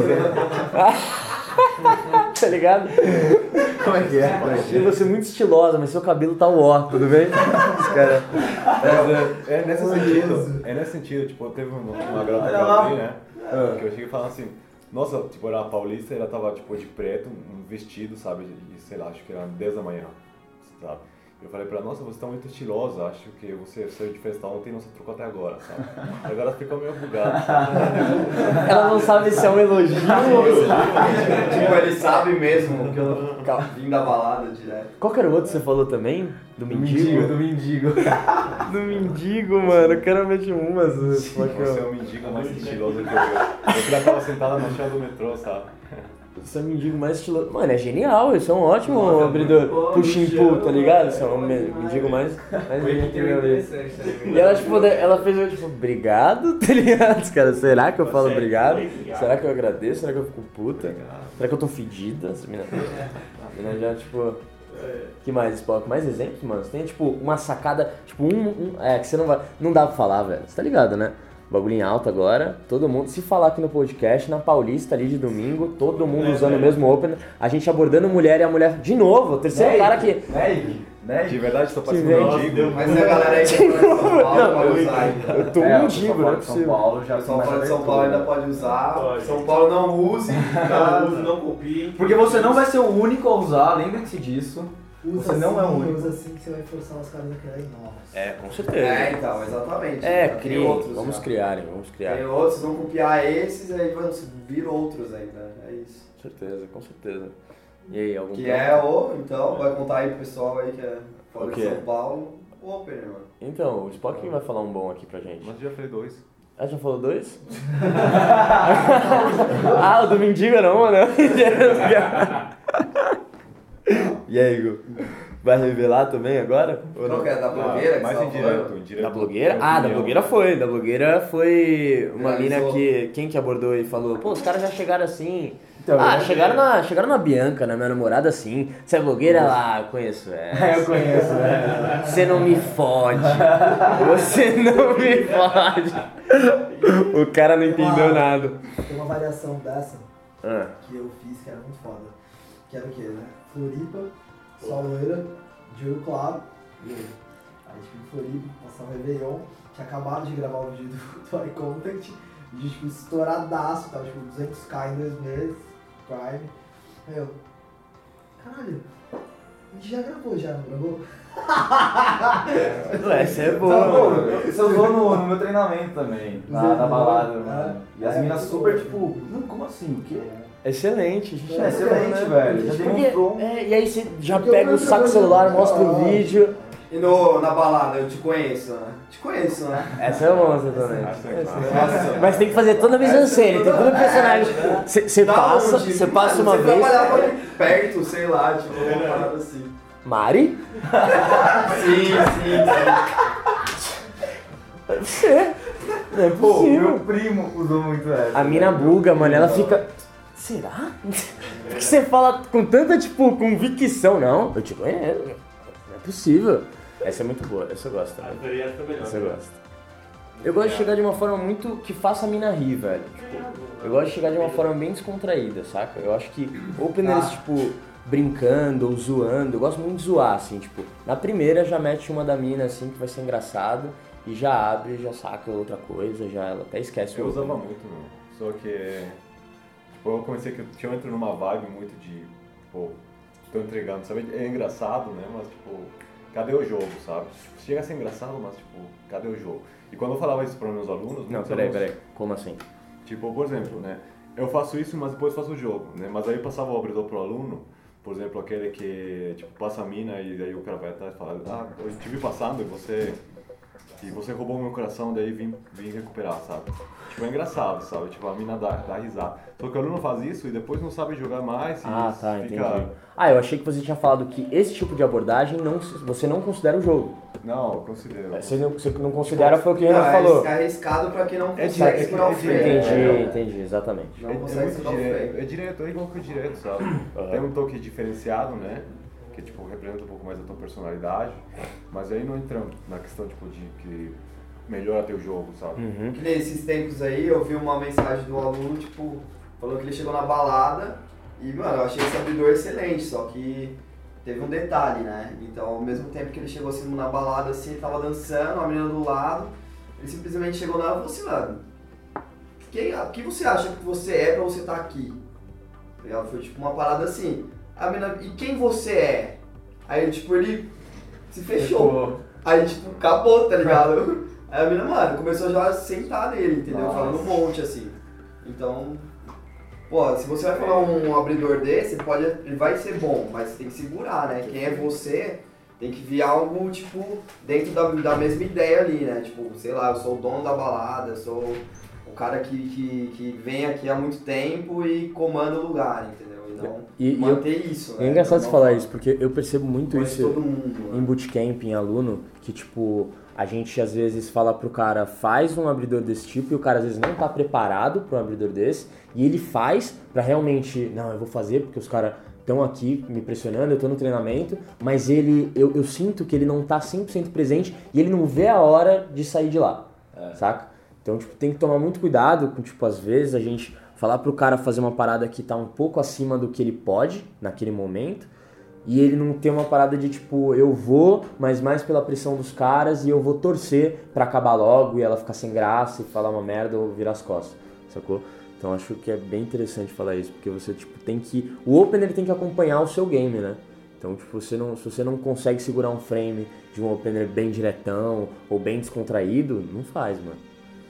Tá ligado? Como é que é? Achei você muito estilosa, mas seu cabelo tá uó, tudo bem? Cara... É nesse sentido, tipo, teve uma garota que eu vi, né? Que eu cheguei falando assim, nossa, tipo, era a Paulista, ela tava tipo de preto, um vestido, sabe, e sei lá, acho que era 10 da manhã, sabe? Eu falei pra ela, nossa, você tá muito estilosa, acho que você saiu de festa ontem e não se trocou até agora, sabe? E agora ficou meio bugado, sabe? Ela não sabe se é um elogio ou... Tipo, ele sabe mesmo que eu vim da balada direto. Qual que era o outro que você falou também? Do mendigo? Do mendigo. Do mendigo, mano, eu quero meter umas. Você é o mendigo mais estiloso que eu vi. Eu queria tava sentada no chão do metrô, sabe? Você é o mendigo mais estiloso. Mano, é genial, isso é um ótimo abridor. Push and pull, tá ligado? Isso é um mendigo mais E ela, tipo, ela fez tipo, obrigado, tá ligado? Cara, será que eu falo obrigado? Será que eu agradeço? Será que eu fico puta? Será que eu tô fedida? Essa mina já, tipo... Que mais, Spock? Mais exemplos, mano? Você tem, tipo, uma sacada, tipo, que você não dá pra falar, velho. Você tá ligado, né? Bagulho em alta agora, todo mundo, se falar aqui no podcast, na Paulista ali de domingo, todo mundo usando o mesmo opener, a gente abordando mulher e a mulher, de novo, o terceiro cara que... De verdade, tô parecendo um mendigo. Mas a galera aí de São Paulo pode usar ainda. Eu tô um mendigo, né? São Paulo já São Paulo de São Paulo ainda pode usar. São Paulo não use. Não copie. Porque você não vai ser o único a usar, lembre-se disso. Usa Você não é o único. Usa assim que você vai forçar os caras a criarem novos. Com certeza. Então, exatamente. Criem, vamos criar. Tem outros, vão copiar esses, aí vão vir outros ainda, é isso. Com certeza. E aí, algum Que ponto? é o, então, vai contar aí pro pessoal aí que é fora de São Paulo, o Opener, mano. Então, o Spock vai falar um bom aqui pra gente. Mas eu já falei 2. Ah, já falou 2? Ah, o do Mendigo não, mano. E aí, Igor? Vai revelar também agora? Ou Qual que é? Da blogueira? Mais indireto. Da blogueira? Ah, da blogueira foi. Da blogueira foi uma mina que... Quem que abordou e falou, pô, os caras já chegaram assim... Então, chegaram na Bianca, né? Minha namorada assim. Você é blogueira? Lá, eu conheço ela. Eu conheço, né? Você não me fode. Você não me fode. O cara não entendeu nada. Tem uma variação dessa Ah. que eu fiz que era muito foda. Que era o quê, né? Floripa, só loira, de olho claro e olho. Aí tipo, em Floripa, passava Réveillon, tinha acabado de gravar o vídeo do Eye Contact, vídeo tipo estouradaço, tava tipo 200k em 2 meses, Prime. Aí eu, caralho, a gente já gravou já, não gravou? Essa é boa. Não, pô, você usou no meu treinamento também, na balada, mano. E as meninas super tipo, não, como assim? O quê? Excelente, a gente já Excelente, né? velho. Já Porque, demonstrou. e aí você já pega o saco celular, mostra o vídeo. E na balada, eu te conheço, né? Te conheço, né? Essa é monstro também. Essa é claro. Nossa. Mas tem que fazer toda a mise-en-scène, tem todo o personagem. Você Da passa, onde? você passa Mano, uma você vez. trabalhava ali perto, sei lá, tipo, uma parada assim. Mari? Sim. Deve ser. Não é Pô, possível. meu primo usou muito essa. A mina buga, mano, ela fica... Será? Porque você fala com tanta, tipo, convicção. Não, eu te conheço. Não é possível. Essa é muito boa, essa eu gosto também. Essa eu gosto. Eu gosto de chegar de uma forma muito... que faça a mina rir, velho. Tipo, eu gosto de chegar de uma forma bem descontraída, saca? Eu acho que openers, tipo, brincando ou zoando, eu gosto muito de zoar, assim, tipo... Na primeira já mete uma da mina, assim, que vai ser engraçado. E já abre, já saca outra coisa, já ela até esquece o Eu usava opener. muito, meu. Só que... Tipo, eu comecei que eu entro numa vibe muito de... Pô, tô entregando, sabe? É engraçado, né? Mas, tipo... Cadê o jogo, sabe? Tipo, chega a ser engraçado, mas, tipo... Cadê o jogo? E quando eu falava isso para meus alunos... Não, muitos peraí. alunos- Como assim? Tipo, por exemplo, né? Eu faço isso, mas depois faço o jogo, né? Mas aí eu passava o abridor pro aluno, por exemplo, aquele que, tipo, passa a mina e daí o cara vai atrás e fala, ah, eu te vi passando e você roubou meu coração, daí vim recuperar, sabe? Tipo, é engraçado, sabe? Tipo, a mina dá risada. Só que o aluno faz isso e depois não sabe jogar mais e Ah, tá, fica... entendi. Ah, eu achei que você tinha falado que esse tipo de abordagem você não considera o jogo. Não, eu considero. Você não considera, foi o que o Não, Renan falou. é arriscado pra quem não É consegue direto, segurar o é freio. direto. Entendi, exatamente. Não É consegue muito segurar o direto, freio. é direto, é igual que o direto, sabe? Tem um toque diferenciado, né? Que tipo, representa um pouco mais a tua personalidade, mas aí não entra na questão tipo, de que melhora teu jogo, sabe? Uhum. Que nesses tempos aí, eu vi uma mensagem do aluno, tipo, falou que ele chegou na balada e, mano, eu achei esse abridor excelente, só que teve um detalhe, né? Então, ao mesmo tempo que ele chegou assim na balada, assim, ele tava dançando, a menina do lado, ele simplesmente chegou nela e falou assim, mano, o que você acha que você é pra você estar aqui? Tá ligado? Foi tipo uma parada assim, a menina, e quem você é? Aí, tipo, ele se fechou. Aí, tipo, acabou, tá ligado? Aí a mina, mano, começou já a sentar nele, entendeu? Nossa. Falando um monte, assim. Então, pô, se você vai falar um abridor desse, ele vai ser bom, mas você tem que segurar, né? Quem é você, tem que vir algo, tipo, dentro da mesma ideia ali, né? Tipo, sei lá, eu sou o dono da balada, eu sou o cara que vem aqui há muito tempo e comanda o lugar, entendeu? Então, manter isso, né? E é engraçado você Não falar isso, porque eu percebo muito conhece isso todo mundo, né? em bootcamp, em aluno, que tipo, a gente às vezes fala pro cara, faz um abridor desse tipo, e o cara às vezes não tá preparado para um abridor desse, e ele faz pra realmente, não, eu vou fazer porque os caras estão aqui me pressionando, eu tô no treinamento, mas eu sinto que ele não tá 100% presente e ele não vê a hora de sair de lá, saca? Então, tipo, tem que tomar muito cuidado com, tipo, às vezes a gente falar pro cara fazer uma parada que tá um pouco acima do que ele pode naquele momento, e ele não ter uma parada de tipo, eu vou, mas mais pela pressão dos caras e eu vou torcer pra acabar logo e ela ficar sem graça e falar uma merda ou virar as costas, sacou? Então acho que é bem interessante falar isso, porque você tipo tem que... O opener tem que acompanhar o seu game, né? Então tipo, se você não consegue segurar um frame de um opener bem diretão ou bem descontraído, não faz, mano.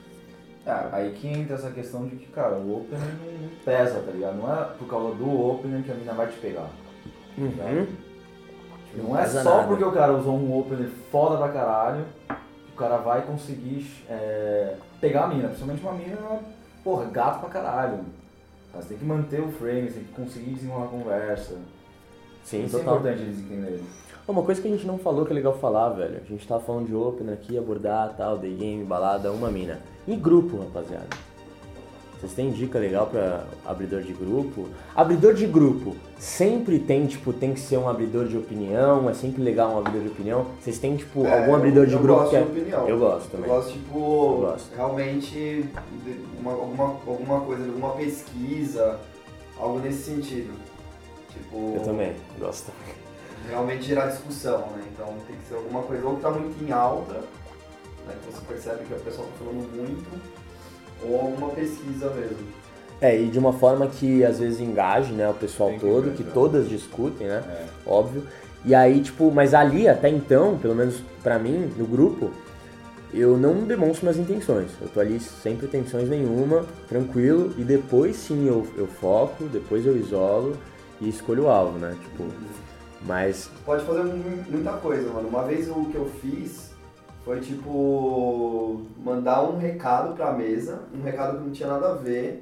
Aí que entra essa questão de que, cara, o opener não pesa, tá ligado? Não é por causa do opener que a mina vai te pegar. Não é só porque o cara usou um opener foda pra caralho que o cara vai conseguir pegar a mina. Principalmente uma mina, porra, gato pra caralho. Você tem que manter o frame, você tem que conseguir desenrolar a conversa. Sim, isso total. É importante eles entenderem. Uma coisa que a gente não falou que é legal falar, velho. A gente tava falando de opener aqui, abordar, tal, day game, balada, uma mina. E grupo, rapaziada? Vocês têm dica legal pra abridor de grupo? Abridor de grupo sempre tem, tipo, tem que ser um abridor de opinião, é sempre legal um abridor de opinião. Vocês têm, tipo, algum abridor de grupo que é... Eu gosto de opinião. Eu gosto também. Eu gosto, tipo, realmente, alguma coisa, alguma pesquisa, algo nesse sentido. Tipo... Eu também gosto. Realmente gerar discussão, né? Então tem que ser alguma coisa, ou que tá muito em alta, né? Que você percebe que a pessoa tá falando muito, ou alguma pesquisa mesmo. E de uma forma que às vezes engaje, né, o pessoal todo, que todas discutem, né, óbvio. E aí, tipo, mas ali até então, pelo menos pra mim, no grupo, eu não demonstro minhas intenções. Eu tô ali sem pretensões nenhuma, tranquilo, e depois sim eu foco, depois eu isolo e escolho o alvo, né, tipo... Mas... Pode fazer muita coisa, mano. Uma vez o que eu fiz foi, tipo, mandar um recado pra mesa, um recado que não tinha nada a ver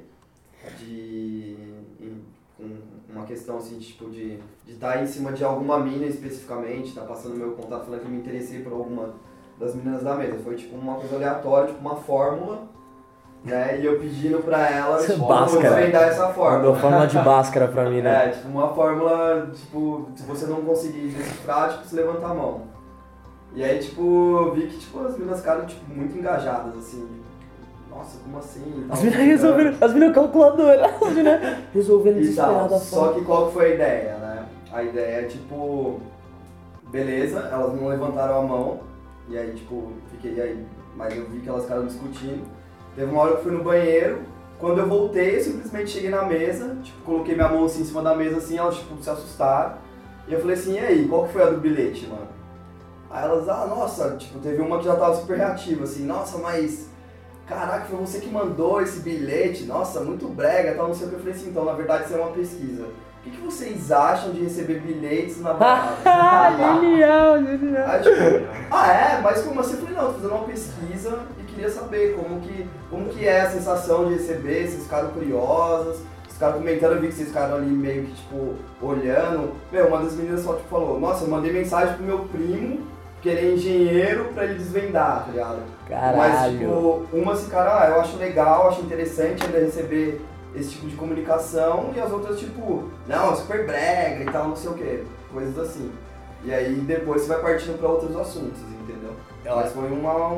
com uma questão, assim, tipo, de estar em cima de alguma mina especificamente, tá passando meu contato falando que me interessei por alguma das meninas da mesa. Foi, tipo, uma coisa aleatória, tipo, uma fórmula, né? E eu pedindo pra ela, tipo, desvendar essa fórmula. Mandou fórmula de Bhaskara pra mim, né? Tipo, uma fórmula, tipo, se você não conseguir decifrar, tipo, você levanta a mão. E aí, tipo, eu vi que, tipo, as meninas ficaram, tipo, muito engajadas, assim. Nossa, como assim? As meninas resolveram, as meninas calculadoras, as meninas resolvendo desesperada a Só que qual que foi a ideia, né? A ideia é, tipo, beleza, elas não levantaram a mão, e aí, tipo, fiquei aí, mas eu vi que elas ficaram discutindo. Teve uma hora que eu fui no banheiro, quando eu voltei, eu simplesmente cheguei na mesa, tipo, coloquei minha mão assim em cima da mesa, assim, elas, tipo, se assustaram. E eu falei assim, e aí, qual que foi a do bilhete, mano? Aí elas, nossa, tipo, teve uma que já tava super reativa, assim, nossa, mas... Caraca, foi você que mandou esse bilhete, nossa, muito brega, tal, não sei o que. Eu falei assim, então, na verdade, isso é uma pesquisa. O que vocês acham de receber bilhetes na balada? Genial! Aí, tipo, mas como assim? Eu falei, não, tô fazendo uma pesquisa e queria saber como que é a sensação de receber, vocês ficaram curiosas, vocês ficaram comentando, eu vi que vocês ficaram ali meio que, tipo, olhando. Uma das meninas só, tipo, falou, nossa, eu mandei mensagem pro meu primo, que ele é engenheiro, pra ele desvendar, tá ligado? Caralho. Mas, tipo, umas ficaram, eu acho legal, acho interessante ainda receber esse tipo de comunicação, e as outras, tipo, não, super brega e tal, não sei o que, coisas assim. E aí depois você vai partindo pra outros assuntos, entendeu? Mas foi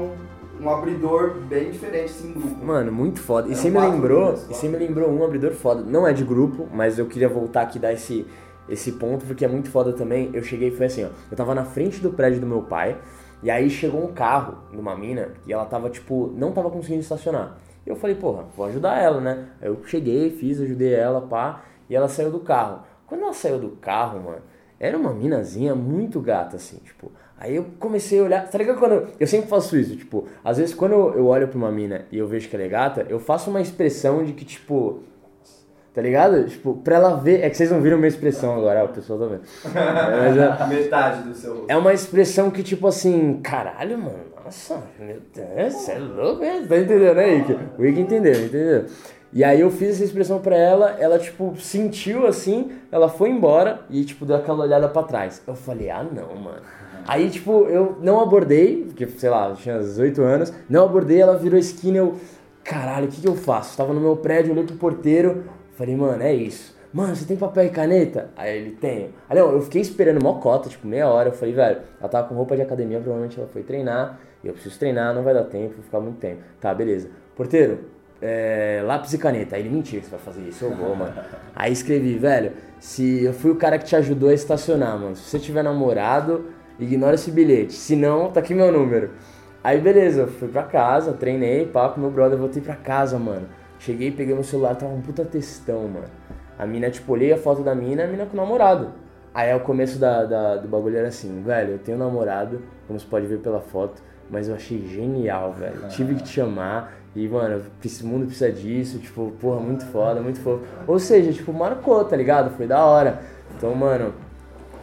um abridor bem diferente, assim, grupo. Mano, muito foda. E você me lembrou um abridor foda. Não é de grupo, mas eu queria voltar aqui e dar esse ponto, porque é muito foda também. Eu cheguei e foi assim, ó. Eu tava na frente do prédio do meu pai, e aí chegou um carro numa mina, e ela tava, tipo, não tava conseguindo estacionar. E eu falei, porra, vou ajudar ela, né? Aí eu cheguei, ajudei ela, pá, e ela saiu do carro. Quando ela saiu do carro, mano, era uma minazinha muito gata, assim, tipo... Aí eu comecei a olhar, tá ligado? Eu sempre faço isso, tipo... Às vezes quando eu olho pra uma mina e eu vejo que ela é gata, eu faço uma expressão de que, tipo... Tá ligado? Tipo, pra ela ver... É que vocês não viram minha expressão agora, o pessoal tá vendo. Mas, metade do seu rosto. É uma expressão que, tipo assim... Caralho, mano, nossa, meu Deus, você é louco, né? Tá entendendo, né, Ike? O Ike entendeu? E aí eu fiz essa expressão pra ela, tipo, sentiu assim, ela foi embora e, tipo, deu aquela olhada pra trás. Eu falei, não, mano. Aí, tipo, eu não abordei, porque, sei lá, eu tinha 18 anos, não abordei, ela virou esquina, eu... Caralho, o que eu faço? Tava no meu prédio, olhei pro porteiro, falei, mano, é isso. Mano, você tem papel e caneta? Aí ele, tenho. Aí eu fiquei esperando mó cota, tipo, meia hora, eu falei, velho, ela tava com roupa de academia, provavelmente ela foi treinar, e eu preciso treinar, não vai dar tempo, vou ficar muito tempo. Tá, beleza. Porteiro, lápis e caneta. Aí ele, mentira que você vai fazer isso, eu vou, mano. Aí escrevi, velho, se eu fui o cara que te ajudou a estacionar, mano, se você tiver namorado, ignora esse bilhete, se não, tá aqui meu número. Aí beleza, eu fui pra casa, treinei, pá, com meu brother, voltei pra casa, mano. Cheguei, peguei meu celular, tava um puta textão, mano. A mina, tipo, olhei a foto da mina, a mina com o namorado. Aí o começo do bagulho era assim, velho, eu tenho um namorado, como você pode ver pela foto, mas eu achei genial, velho. Tive que te chamar e, mano, esse mundo precisa disso, tipo, porra, muito foda, muito fofo. Ou seja, tipo, marcou, tá ligado? Foi da hora. Então, mano,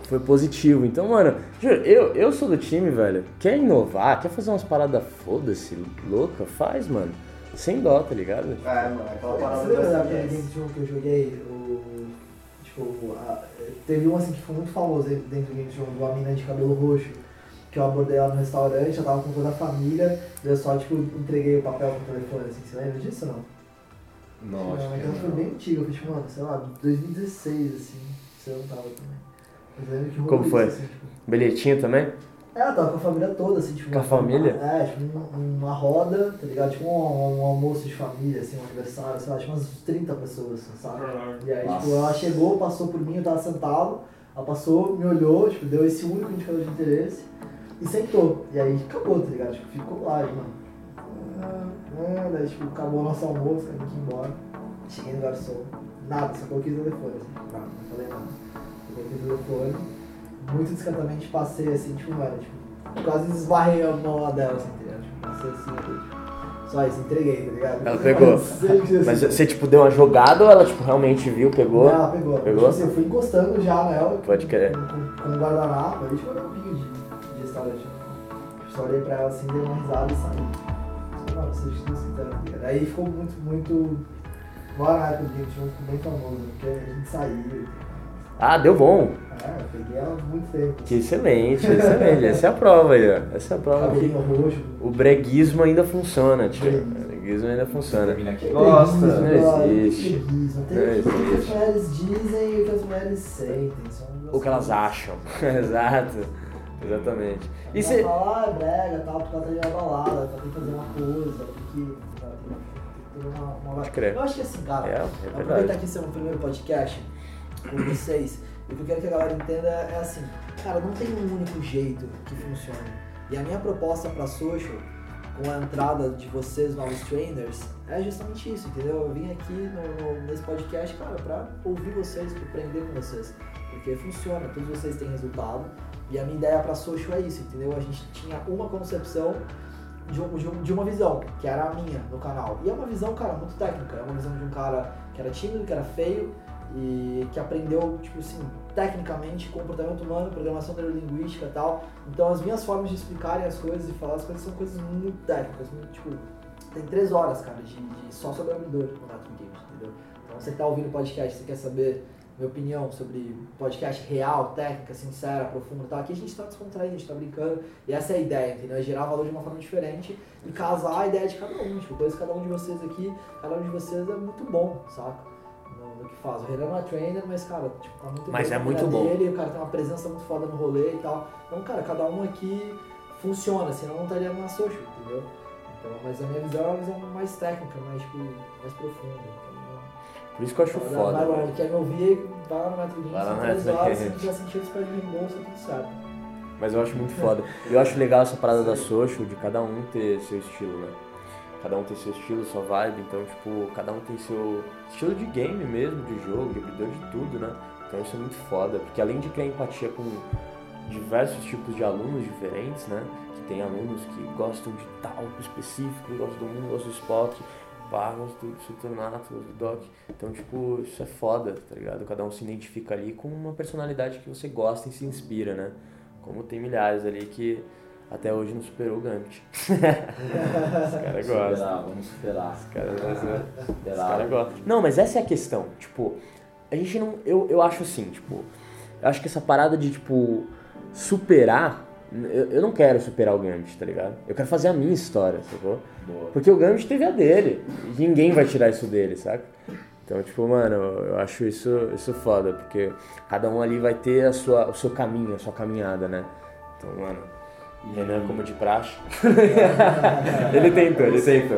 foi positivo. Então, mano, juro, eu sou do time, velho. Quer inovar, quer fazer umas paradas foda-se, louca, faz, mano. Sem dó, tá ligado? Mano, aquela parada Você lembra do daquele FPS. game Jam que eu joguei? Teve um assim que foi muito famoso dentro do game Jam, de uma mina de cabelo roxo, que eu abordei ela no restaurante, eu tava com toda a família, e eu só, tipo, entreguei o papel pro telefone, assim, você lembra disso ou não? Não, acho que Então foi não. bem antigo, eu fiz, tipo, mano, sei lá, 2016, assim, você não tava também. Mas eu lembro que rolou Como foi? isso, assim, tipo... Bilhetinho também? Ela tava com a família toda, assim, tipo... Com a família? Tipo, uma roda, tá ligado? Tipo um almoço de família, assim, um aniversário, sei lá, tipo umas 30 pessoas, assim, sabe? E aí, tipo, ela chegou, passou por mim, eu tava sentado, ela passou, me olhou, tipo, deu esse único indicador de interesse e sentou. E aí acabou, tá ligado? Tipo, ficou lá, mano. Daí, tipo, acabou o nosso almoço, eu que ir embora. Cheguei no garçom, nada, só coloquei o telefone, assim, não falei nada. Coloquei o telefone, muito discretamente passei, assim, tipo, mano, tipo, quase esbarrei a mão lá dela, assim, entendeu? Tipo, passei assim, tipo, só isso, entreguei, tá ligado? Ela pegou. Mas você, tipo, deu uma jogada ou ela, tipo, realmente viu, pegou? Não, ela pegou. Pegou? Tipo assim, eu fui encostando já nela. Pode crer. Com um guardanapo, aí tipo, eu vi de restaurante. Só olhei pra ela assim, dei uma risada e saí. Mano, vocês estão escutando, tá ligado? Aí ficou muito. Agora na época do Game Show ficou bem famoso, porque a gente saiu. Ah, deu bom. Eu peguei ela há muito tempo. Que excelente, excelente. Essa é a prova aí, ó. Essa é a prova que Cabelinho roxo. o breguismo ainda funciona, tio. O breguismo ainda funciona. Mina que gosta. Não existe. Tem Não o que as existe. mulheres dizem e o que as mulheres sentem. São O que elas acham. Exato. Exatamente. E você você... fala, é brega, tal, porque ela tá indo na balada, ela tem que fazer uma coisa, tem que ter uma... Pode crer. Eu acho que assim, cara, É aproveitar verdade. que esse é o meu primeiro podcast com vocês, e o que eu quero que a galera entenda é assim, cara, não tem um único jeito que funcione. E a minha proposta pra social, com a entrada de vocês, novos trainers, é justamente isso, entendeu? Eu vim aqui nesse podcast, cara, pra ouvir vocês, pra aprender com vocês. Porque funciona, todos vocês têm resultado. E a minha ideia pra social é isso, entendeu? A gente tinha uma concepção de uma visão, que era a minha no canal. E é uma visão, cara, muito técnica. É uma visão de um cara que era tímido, que era feio e que aprendeu, tipo assim, tecnicamente, comportamento humano, programação neurolinguística e tal. Então as minhas formas de explicarem as coisas e falar as coisas são coisas muito técnicas, muito, tipo, tem 3 horas, cara, de só sobre abridor no Natum Games, entendeu? Então você que tá ouvindo o podcast, você quer saber minha opinião sobre podcast real, técnica, sincera, profunda e tal. Aqui a gente tá descontraído, a gente tá brincando. E essa é a ideia, entendeu? É gerar valor de uma forma diferente e casar a ideia de cada um. Tipo, coisa cada um de vocês aqui, cada um de vocês é muito bom, saca? No que faz. O Renan não é trainer, mas, cara, tipo, tá muito Mas bem é na muito vida bom. dele, o cara tem uma presença muito foda no rolê e tal. Então, cara, cada um aqui funciona, senão não estaria na social, entendeu? Então, mas a minha visão é uma visão mais técnica, mais, tipo, mais profunda. Então, Por isso que eu acho foda. vai lá, velho. quer me ouvir, vai lá no Metro Games, Vai lá são no 3 Metro horas, se Games. não tiver sentido, você pode reembolso, tá tudo certo. Mas eu acho muito foda. Eu acho legal essa parada da social, de cada um ter seu estilo, né? Cada um tem seu estilo, sua vibe, então, tipo, cada um tem seu estilo de game mesmo, de jogo, de abridor, de tudo, né? Então isso é muito foda, porque além de criar empatia com diversos tipos de alunos diferentes, né? Que tem alunos que gostam de tal específico, gostam do mundo, gostam do Spock, pá, gostam do Sutornato, gostam do Doc. Então, tipo, isso é foda, tá ligado? Cada um se identifica ali com uma personalidade que você gosta e se inspira, né? Como tem milhares ali que até hoje não superou o Gambit. Os caras gostam. Vamos superar. Os caras gostam. Não, mas essa é a questão. Tipo, a gente não... Eu acho assim, tipo... Eu acho que essa parada de, tipo, superar... Eu não quero superar o Gambit, tá ligado? Eu quero fazer a minha história, sacou? Boa. Porque o Gambit teve a dele. E ninguém vai tirar isso dele, saca? Então, tipo, mano, eu acho isso foda. Porque cada um ali vai ter o seu caminho, a sua caminhada, né? Então, mano... E Renan, como de praxe... Ele tentou.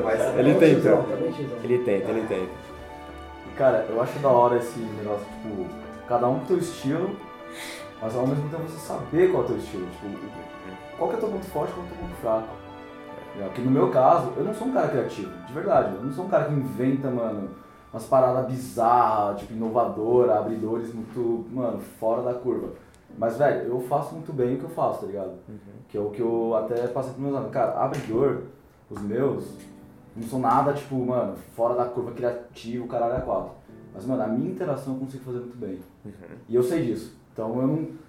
Ele tenta. E, cara, eu acho da hora esse negócio, tipo, cada um com o teu estilo, mas ao mesmo tempo você saber qual é o teu estilo. Tipo, qual que é o teu ponto forte e qual é o teu ponto fraco. Porque no meu caso, eu não sou um cara criativo, de verdade. Eu não sou um cara que inventa, mano, umas paradas bizarras, tipo, inovadora, abridores muito, mano, fora da curva. Mas, velho, eu faço muito bem o que eu faço, tá ligado? Que é o que eu até passei pros meus amigos. Cara, abridor, os meus, não são nada, tipo, mano, fora da curva, criativo, caralho, é 4. Mas, mano, a minha interação eu consigo fazer muito bem. E eu sei disso. Então, eu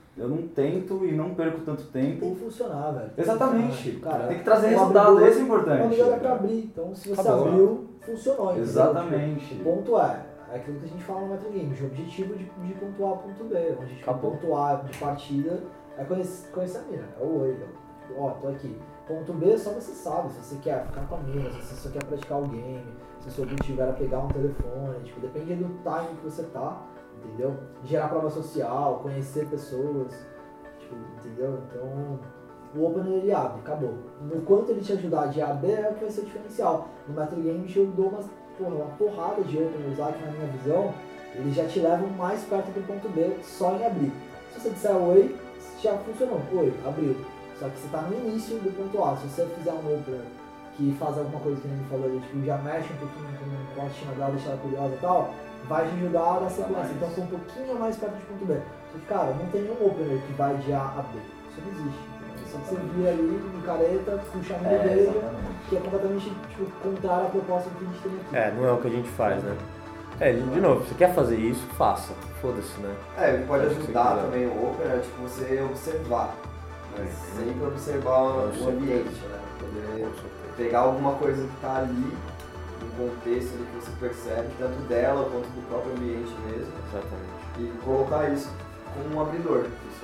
eu não tento e não perco tanto tempo. Tem que funcionar, velho. Exatamente. Cara, tem que trazer resultado, esse é importante. O abridor é pra abrir, então se você abriu, funcionou. Exatamente. O ponto é aquilo que a gente fala no metagame, o objetivo de ponto A, ponto B. O objetivo de ponto A de partida é conhecer a mina, é o oi, ó, tô aqui. Ponto B, só você sabe, se você quer ficar com a mina, se você só quer praticar o game, se o seu objetivo era pegar um telefone, tipo, depende do timing que você tá, entendeu? Gerar prova social, conhecer pessoas, tipo, entendeu? Então, o opener ele abre, acabou. No quanto ele te ajudar de A a B é o que vai ser o diferencial. No metagame eu dou uma porrada de openers lá que, na minha visão, eles já te levam mais perto do ponto B só em abrir. Se você disser oi, já funcionou. Oi, abriu. Só que você está no início do ponto A. Se você fizer um opener que faz alguma coisa que a gente falou ali, tipo, já mexe um pouquinho com a autoestima dela, deixa ela curiosa e tal, vai te ajudar a dar sequência. Então, foi um pouquinho mais perto de ponto B. Só que, cara, não tem nenhum opener que vai de A a B. Isso não existe. Só que você vira ali, de careta, puxa a minha dele, que é completamente tipo, contrário à proposta que a gente tem aqui. Não é o que a gente faz, né? De novo, você quer fazer isso, faça. Foda-se, né? Ele pode ajudar também o opener, tipo, você observar. Mas sempre observar o ambiente, né? Poder pegar alguma coisa que tá ali, um contexto ali que você percebe, tanto dela quanto do próprio ambiente mesmo. Exatamente. E colocar isso como um abridor.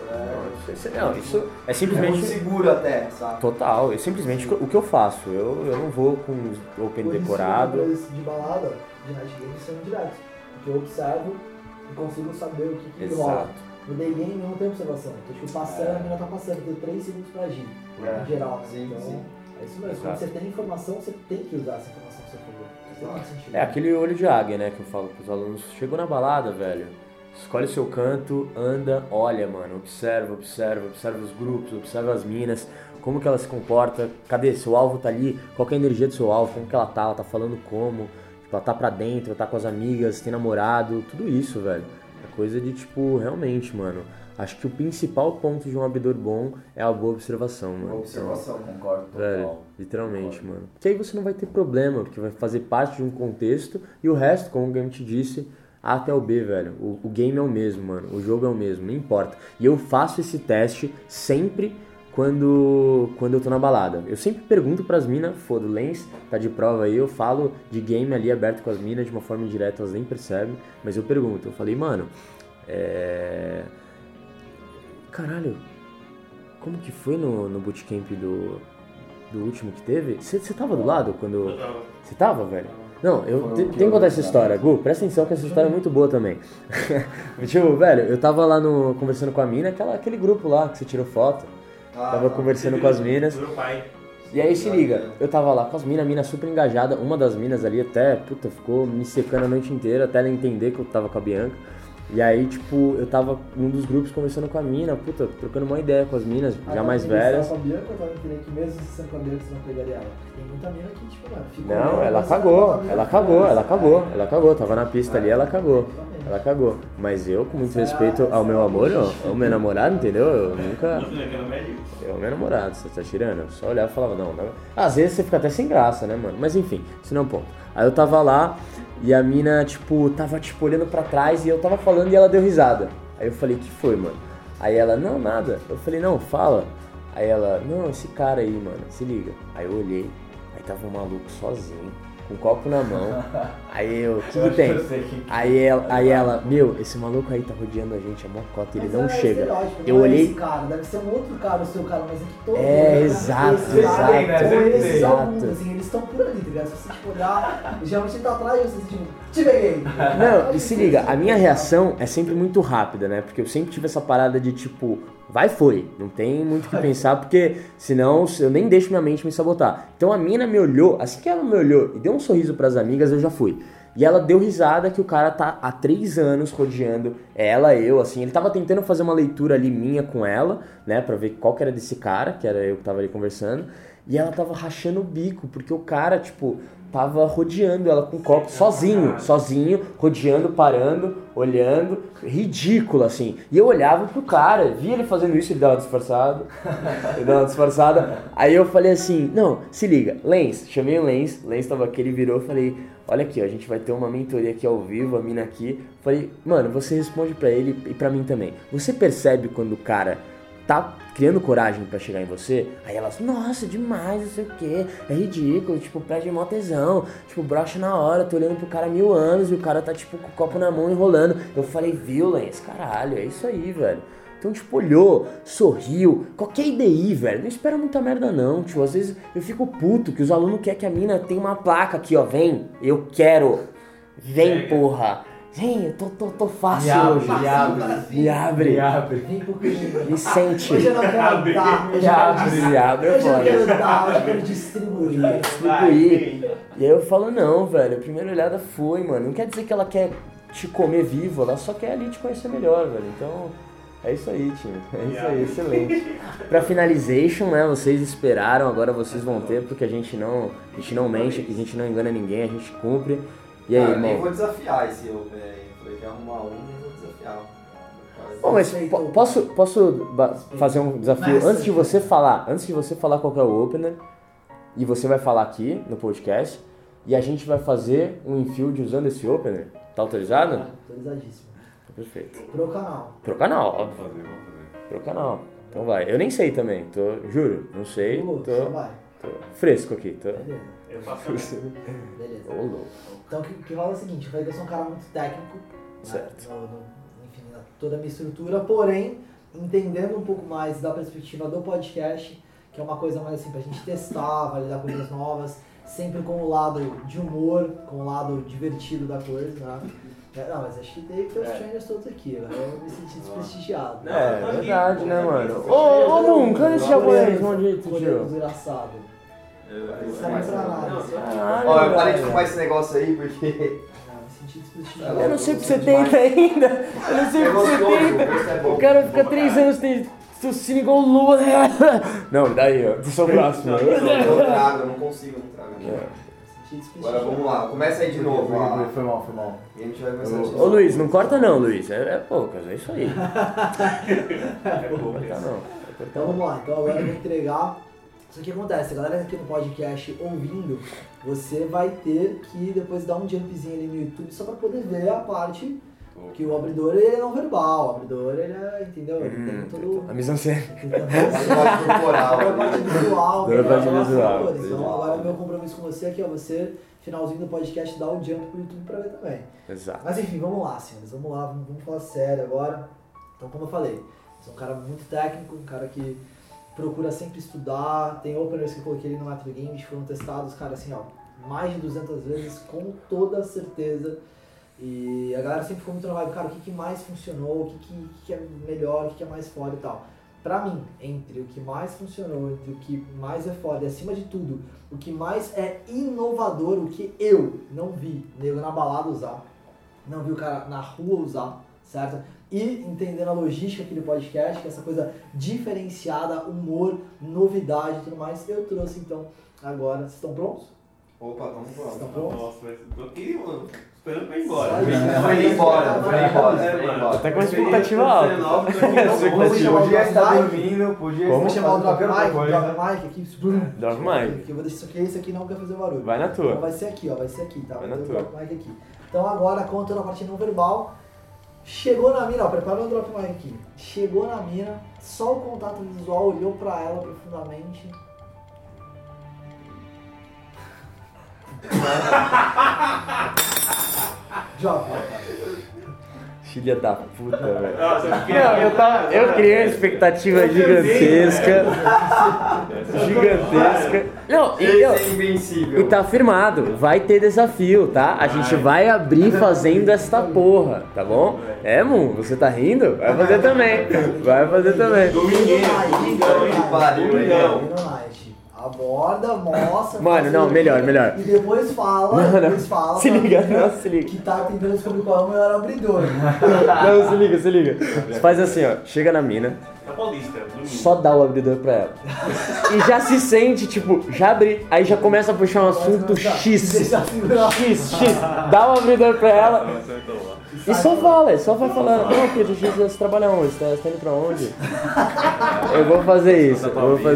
Isso é simplesmente... É muito seguro até, sabe? Total, é simplesmente o que eu faço. Eu não vou com open decorado. Os de balada, de night game, são diretos. Porque eu observo e consigo saber o que rola. No day game eu não tenho observação. Então, tipo, passando, a mina tá passando, tem 3 segundos pra agir. Em geral, né? Sim, então, sim. É isso mesmo. Quando você tem informação, você tem que usar essa informação a seu favor. É aquele olho de águia, né, que eu falo pros alunos. Chegou na balada, velho. Escolhe o seu canto, anda, olha, mano, observa os grupos, observa as minas, como que ela se comporta, cadê, seu alvo tá ali, qual que é a energia do seu alvo, como que ela tá falando como, tipo, ela tá pra dentro, tá com as amigas, tem namorado, tudo isso, velho. É coisa de, tipo, realmente, mano, acho que o principal ponto de um abridor bom é a boa observação, mano. Boa observação, concordo total. Velho, literalmente, mano. Porque aí você não vai ter problema, porque vai fazer parte de um contexto e o resto, como o game te disse... A até o B, velho. O game é o mesmo, mano. O jogo é o mesmo, não importa. E eu faço esse teste sempre quando eu tô na balada. Eu sempre pergunto pras minas, foda, o Lens tá de prova aí, eu falo de game ali aberto com as minas de uma forma indireta, elas nem percebem, mas eu pergunto. Eu falei, mano, caralho, como que foi no bootcamp do último que teve? Você tava do lado quando... Eu tava. Você tava, velho? Não, eu tenho que contar essa história. Gu, presta atenção que essa história é muito boa também. Tipo, velho, eu tava lá conversando com a mina, aquele grupo lá que você tirou foto. Tava conversando com as minas. E aí se liga, eu tava lá com as minas, a mina super engajada. Uma das minas ali até, puta, ficou me secando a noite inteira até ela entender que eu tava com a Bianca. E aí, tipo, eu tava num dos grupos conversando com a mina, puta, trocando uma ideia com as minas, já mais velhas. Com a Bianca, eu tava entendendo que mesmo se sendo com a Bianca, você não pegaria ela. Tem muita mina que, tipo, mano, ficou... Não, ela cagou, tava na pista ali, ela cagou. Mas eu, com muito respeito ao meu amor, ao meu namorado, entendeu? Eu nunca... Eu, meu namorado, você tá tirando? Eu só olhava e falava, não. Às vezes você fica até sem graça, né, mano? Mas enfim, isso não é um ponto. Aí eu tava lá e a mina, tipo, tava, tipo, olhando pra trás e eu tava falando e ela deu risada. Aí eu falei, que foi, mano? Aí ela, não, nada. Eu falei, não, fala. Aí ela, não, esse cara aí, mano, se liga. Aí eu olhei, aí tava um maluco sozinho, com um copo na mão. Aí eu, o que tem? Aí ela, meu, esse maluco aí tá rodeando a gente, a mocota, ele não chega. Eu olhei. Esse cara, deve ser um outro cara, o seu cara, mas é que todo exato. Assim, eles estão por ali, tá ligado? Se você tipo, olhar, geralmente ele tá atrás e você tipo, te peguei. Não, e se liga, a minha reação é sempre muito rápida, né? Porque eu sempre tive essa parada de tipo, foi. Não tem muito o que pensar, porque senão eu nem deixo minha mente me sabotar. Então a mina me olhou, assim que ela me olhou e deu um sorriso pras amigas, eu já fui. E ela deu risada que o cara tá há 3 anos rodeando ela, eu, assim. Ele tava tentando fazer uma leitura ali minha com ela, né? Pra ver qual que era desse cara, que era eu que tava ali conversando. E ela tava rachando o bico, porque o cara, tipo, tava rodeando ela com um copo sozinho, rodeando, parando, olhando, ridículo, assim. E eu olhava pro cara, via ele fazendo isso, ele dava uma disfarçada. Aí eu falei assim, não, se liga, Lens, chamei o Lens tava aqui, ele virou, falei, olha aqui, ó, a gente vai ter uma mentoria aqui ao vivo, a mina aqui. Falei, mano, você responde pra ele e pra mim também. Você percebe quando o cara tá criando coragem pra chegar em você? Aí elas, nossa, demais, não sei o que, é ridículo, tipo, perde mó tesão, tipo, brocha na hora, tô olhando pro cara há 1000 anos e o cara tá, tipo, com o copo na mão enrolando. Eu falei, viu, Lens, caralho, é isso aí, velho. Então, tipo, olhou, sorriu, qualquer IDI, velho, não espera muita merda não, tipo, às vezes eu fico puto que os alunos querem que a mina tenha uma placa aqui, ó, vem, eu quero, vem, porra. Vem, eu tô fácil hoje. Me abre. Vem pro clima. Me sente. Hoje eu não quero dar. Me abre. Hoje eu não quero dar, hoje eu quero distribuir. E aí eu falo, não, velho, a primeira olhada foi, mano. Não quer dizer que ela quer te comer vivo, ela só quer ali te conhecer melhor, velho. Então, é isso aí, time. É isso aí, excelente. Pra finalization, né, vocês esperaram, agora vocês vão ter, porque a gente não mente, que a gente não engana ninguém, a gente cumpre. E aí, irmão? Eu nem vou desafiar esse Open aí. Falei que ia arrumar um, nem vou desafiar. Bom, mas posso fazer um desafio? Antes de você falar qual que é o opener, e você vai falar aqui no podcast, e a gente vai fazer um infield usando esse opener. Tá autorizado? Autorizadíssimo. Perfeito. Pro canal. Pro canal, óbvio. Vamos fazer. Pro canal. Então vai. Eu nem sei também, juro, não sei. Só vai. Tô fresco aqui. Beleza. Eu faço isso. Beleza. Ô, louco. Então, o que rola é o seguinte, eu falei que eu sou um cara muito técnico, Certo. né, enfim, toda a minha estrutura, porém, entendendo um pouco mais da perspectiva do podcast, que é uma coisa mais assim, pra gente testar, validar coisas novas, sempre com o lado de humor, com o lado divertido da coisa, né? Não, mas acho que tem que ter os trainers todos aqui, agora eu me senti desprestigiado. Não, É tô aqui. verdade, né, mano? Ô, Moon, cadê esse japonês, maldito, tio? Desgraçado. Isso não é pra nada. Caralho, Ó, eu parei de velho. fumar esse negócio aí porque... Não, me senti desprestigiado. Eu não sei o que você tenta ainda. Eu não sei É o que você gostoso, tenta. isso é bom. O cara fica 3 anos tossindo igual lua. Não, daí, ó. Do seu próximo. Eu trago, eu não consigo, não trago. Me senti desprestigiado. Agora vamos lá, começa aí de novo. ó. Foi mal. E a gente vai começar de Ô novo. Luiz, não corta não, Luiz. É poucas, é isso aí. Não corta não. Então vamos lá, então agora eu vou entregar. Só que acontece, a galera aqui no podcast ouvindo, você vai ter que depois dar um jumpzinho ali no YouTube só pra poder ver a parte que o abridor ele é não verbal, o abridor ele é, entendeu? Ele tem todo... A mise-en-scène. Parte corporal. A parte visual, Toda a parte aquelas visual, cores. entendi. Então agora o meu compromisso com você aqui é você, finalzinho do podcast, dar o jump pro YouTube pra ver também. Exato. Mas enfim, vamos lá, senhores, vamos lá, vamos falar sério agora. Então, como eu falei, sou um cara muito técnico, um cara que procura sempre estudar, tem openers que eu coloquei ali no Metro Games, foram testados, cara, assim, ó, mais de 200 vezes, com toda certeza. E a galera sempre ficou muito na vibe, cara, o que mais funcionou, o que é melhor, o que é mais foda e tal. Pra mim, entre o que mais funcionou, entre o que mais é foda e, acima de tudo, o que mais é inovador, o que eu não vi nego na balada usar, não vi o cara na rua usar, certo? E entendendo a logística aqui do podcast, que é essa coisa diferenciada, humor, novidade e tudo mais, eu trouxe então agora. Vocês estão prontos? Opa, vamos Vocês estão embora. prontos? Nossa, mas tô aqui, mano. Esperando pra ir embora. Sai, Vai embora, vai embora, vai embora. Tá com uma expectativa alta. Vamos chamar o Podia estar Drop Mic? dormindo, podia Como? Vamos chamar o Drop qualquer Mic, coisa. Drop Mic aqui. Drop Mic. Que eu vou deixar isso aqui, esse aqui não quer fazer barulho. Vai na tua. Então vai ser aqui, ó, vai ser aqui, tá? Vai na ter o tua. Drop Mic aqui. Então agora, contando a parte não verbal, chegou na mina, ó, prepara o Drop Mic aqui. Chegou na mina, só o contato visual, olhou pra ela profundamente. Drop. Filha da puta, velho. Nossa, eu fiquei... Não, eu criei uma expectativa gigantesca. Gigantesca. Não, Esse é invencível. e tá firmado, vai ter desafio, tá? A gente vai abrir fazendo esta porra, tá bom? É, Moon, você tá rindo? Vai fazer também. Vai fazer também. Aborda, mostra. Mano, faz não, o- melhor. E depois fala, depois fala. Se pra liga, mina não, se liga. Que tá tentando descobrir qual é o melhor abridor. Não, se liga. Você faz assim, ó. Chega na mina. Na Paulista, no só dá o abridor pra ela. E já se sente, tipo, já abri, aí já começa a puxar um assunto X, dá o abridor pra ela. E só vai falando, não, porque a gente você trabalha onde? Você tá indo pra onde? Eu vou fazer isso.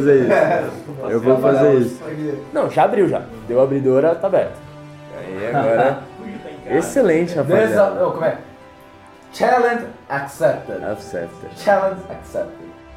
Não, já abriu já. Deu a abridora, tá aberto. Aí agora. Excelente, rapaziada. Como é? Challenge accepted. Accepted. Challenge accepted.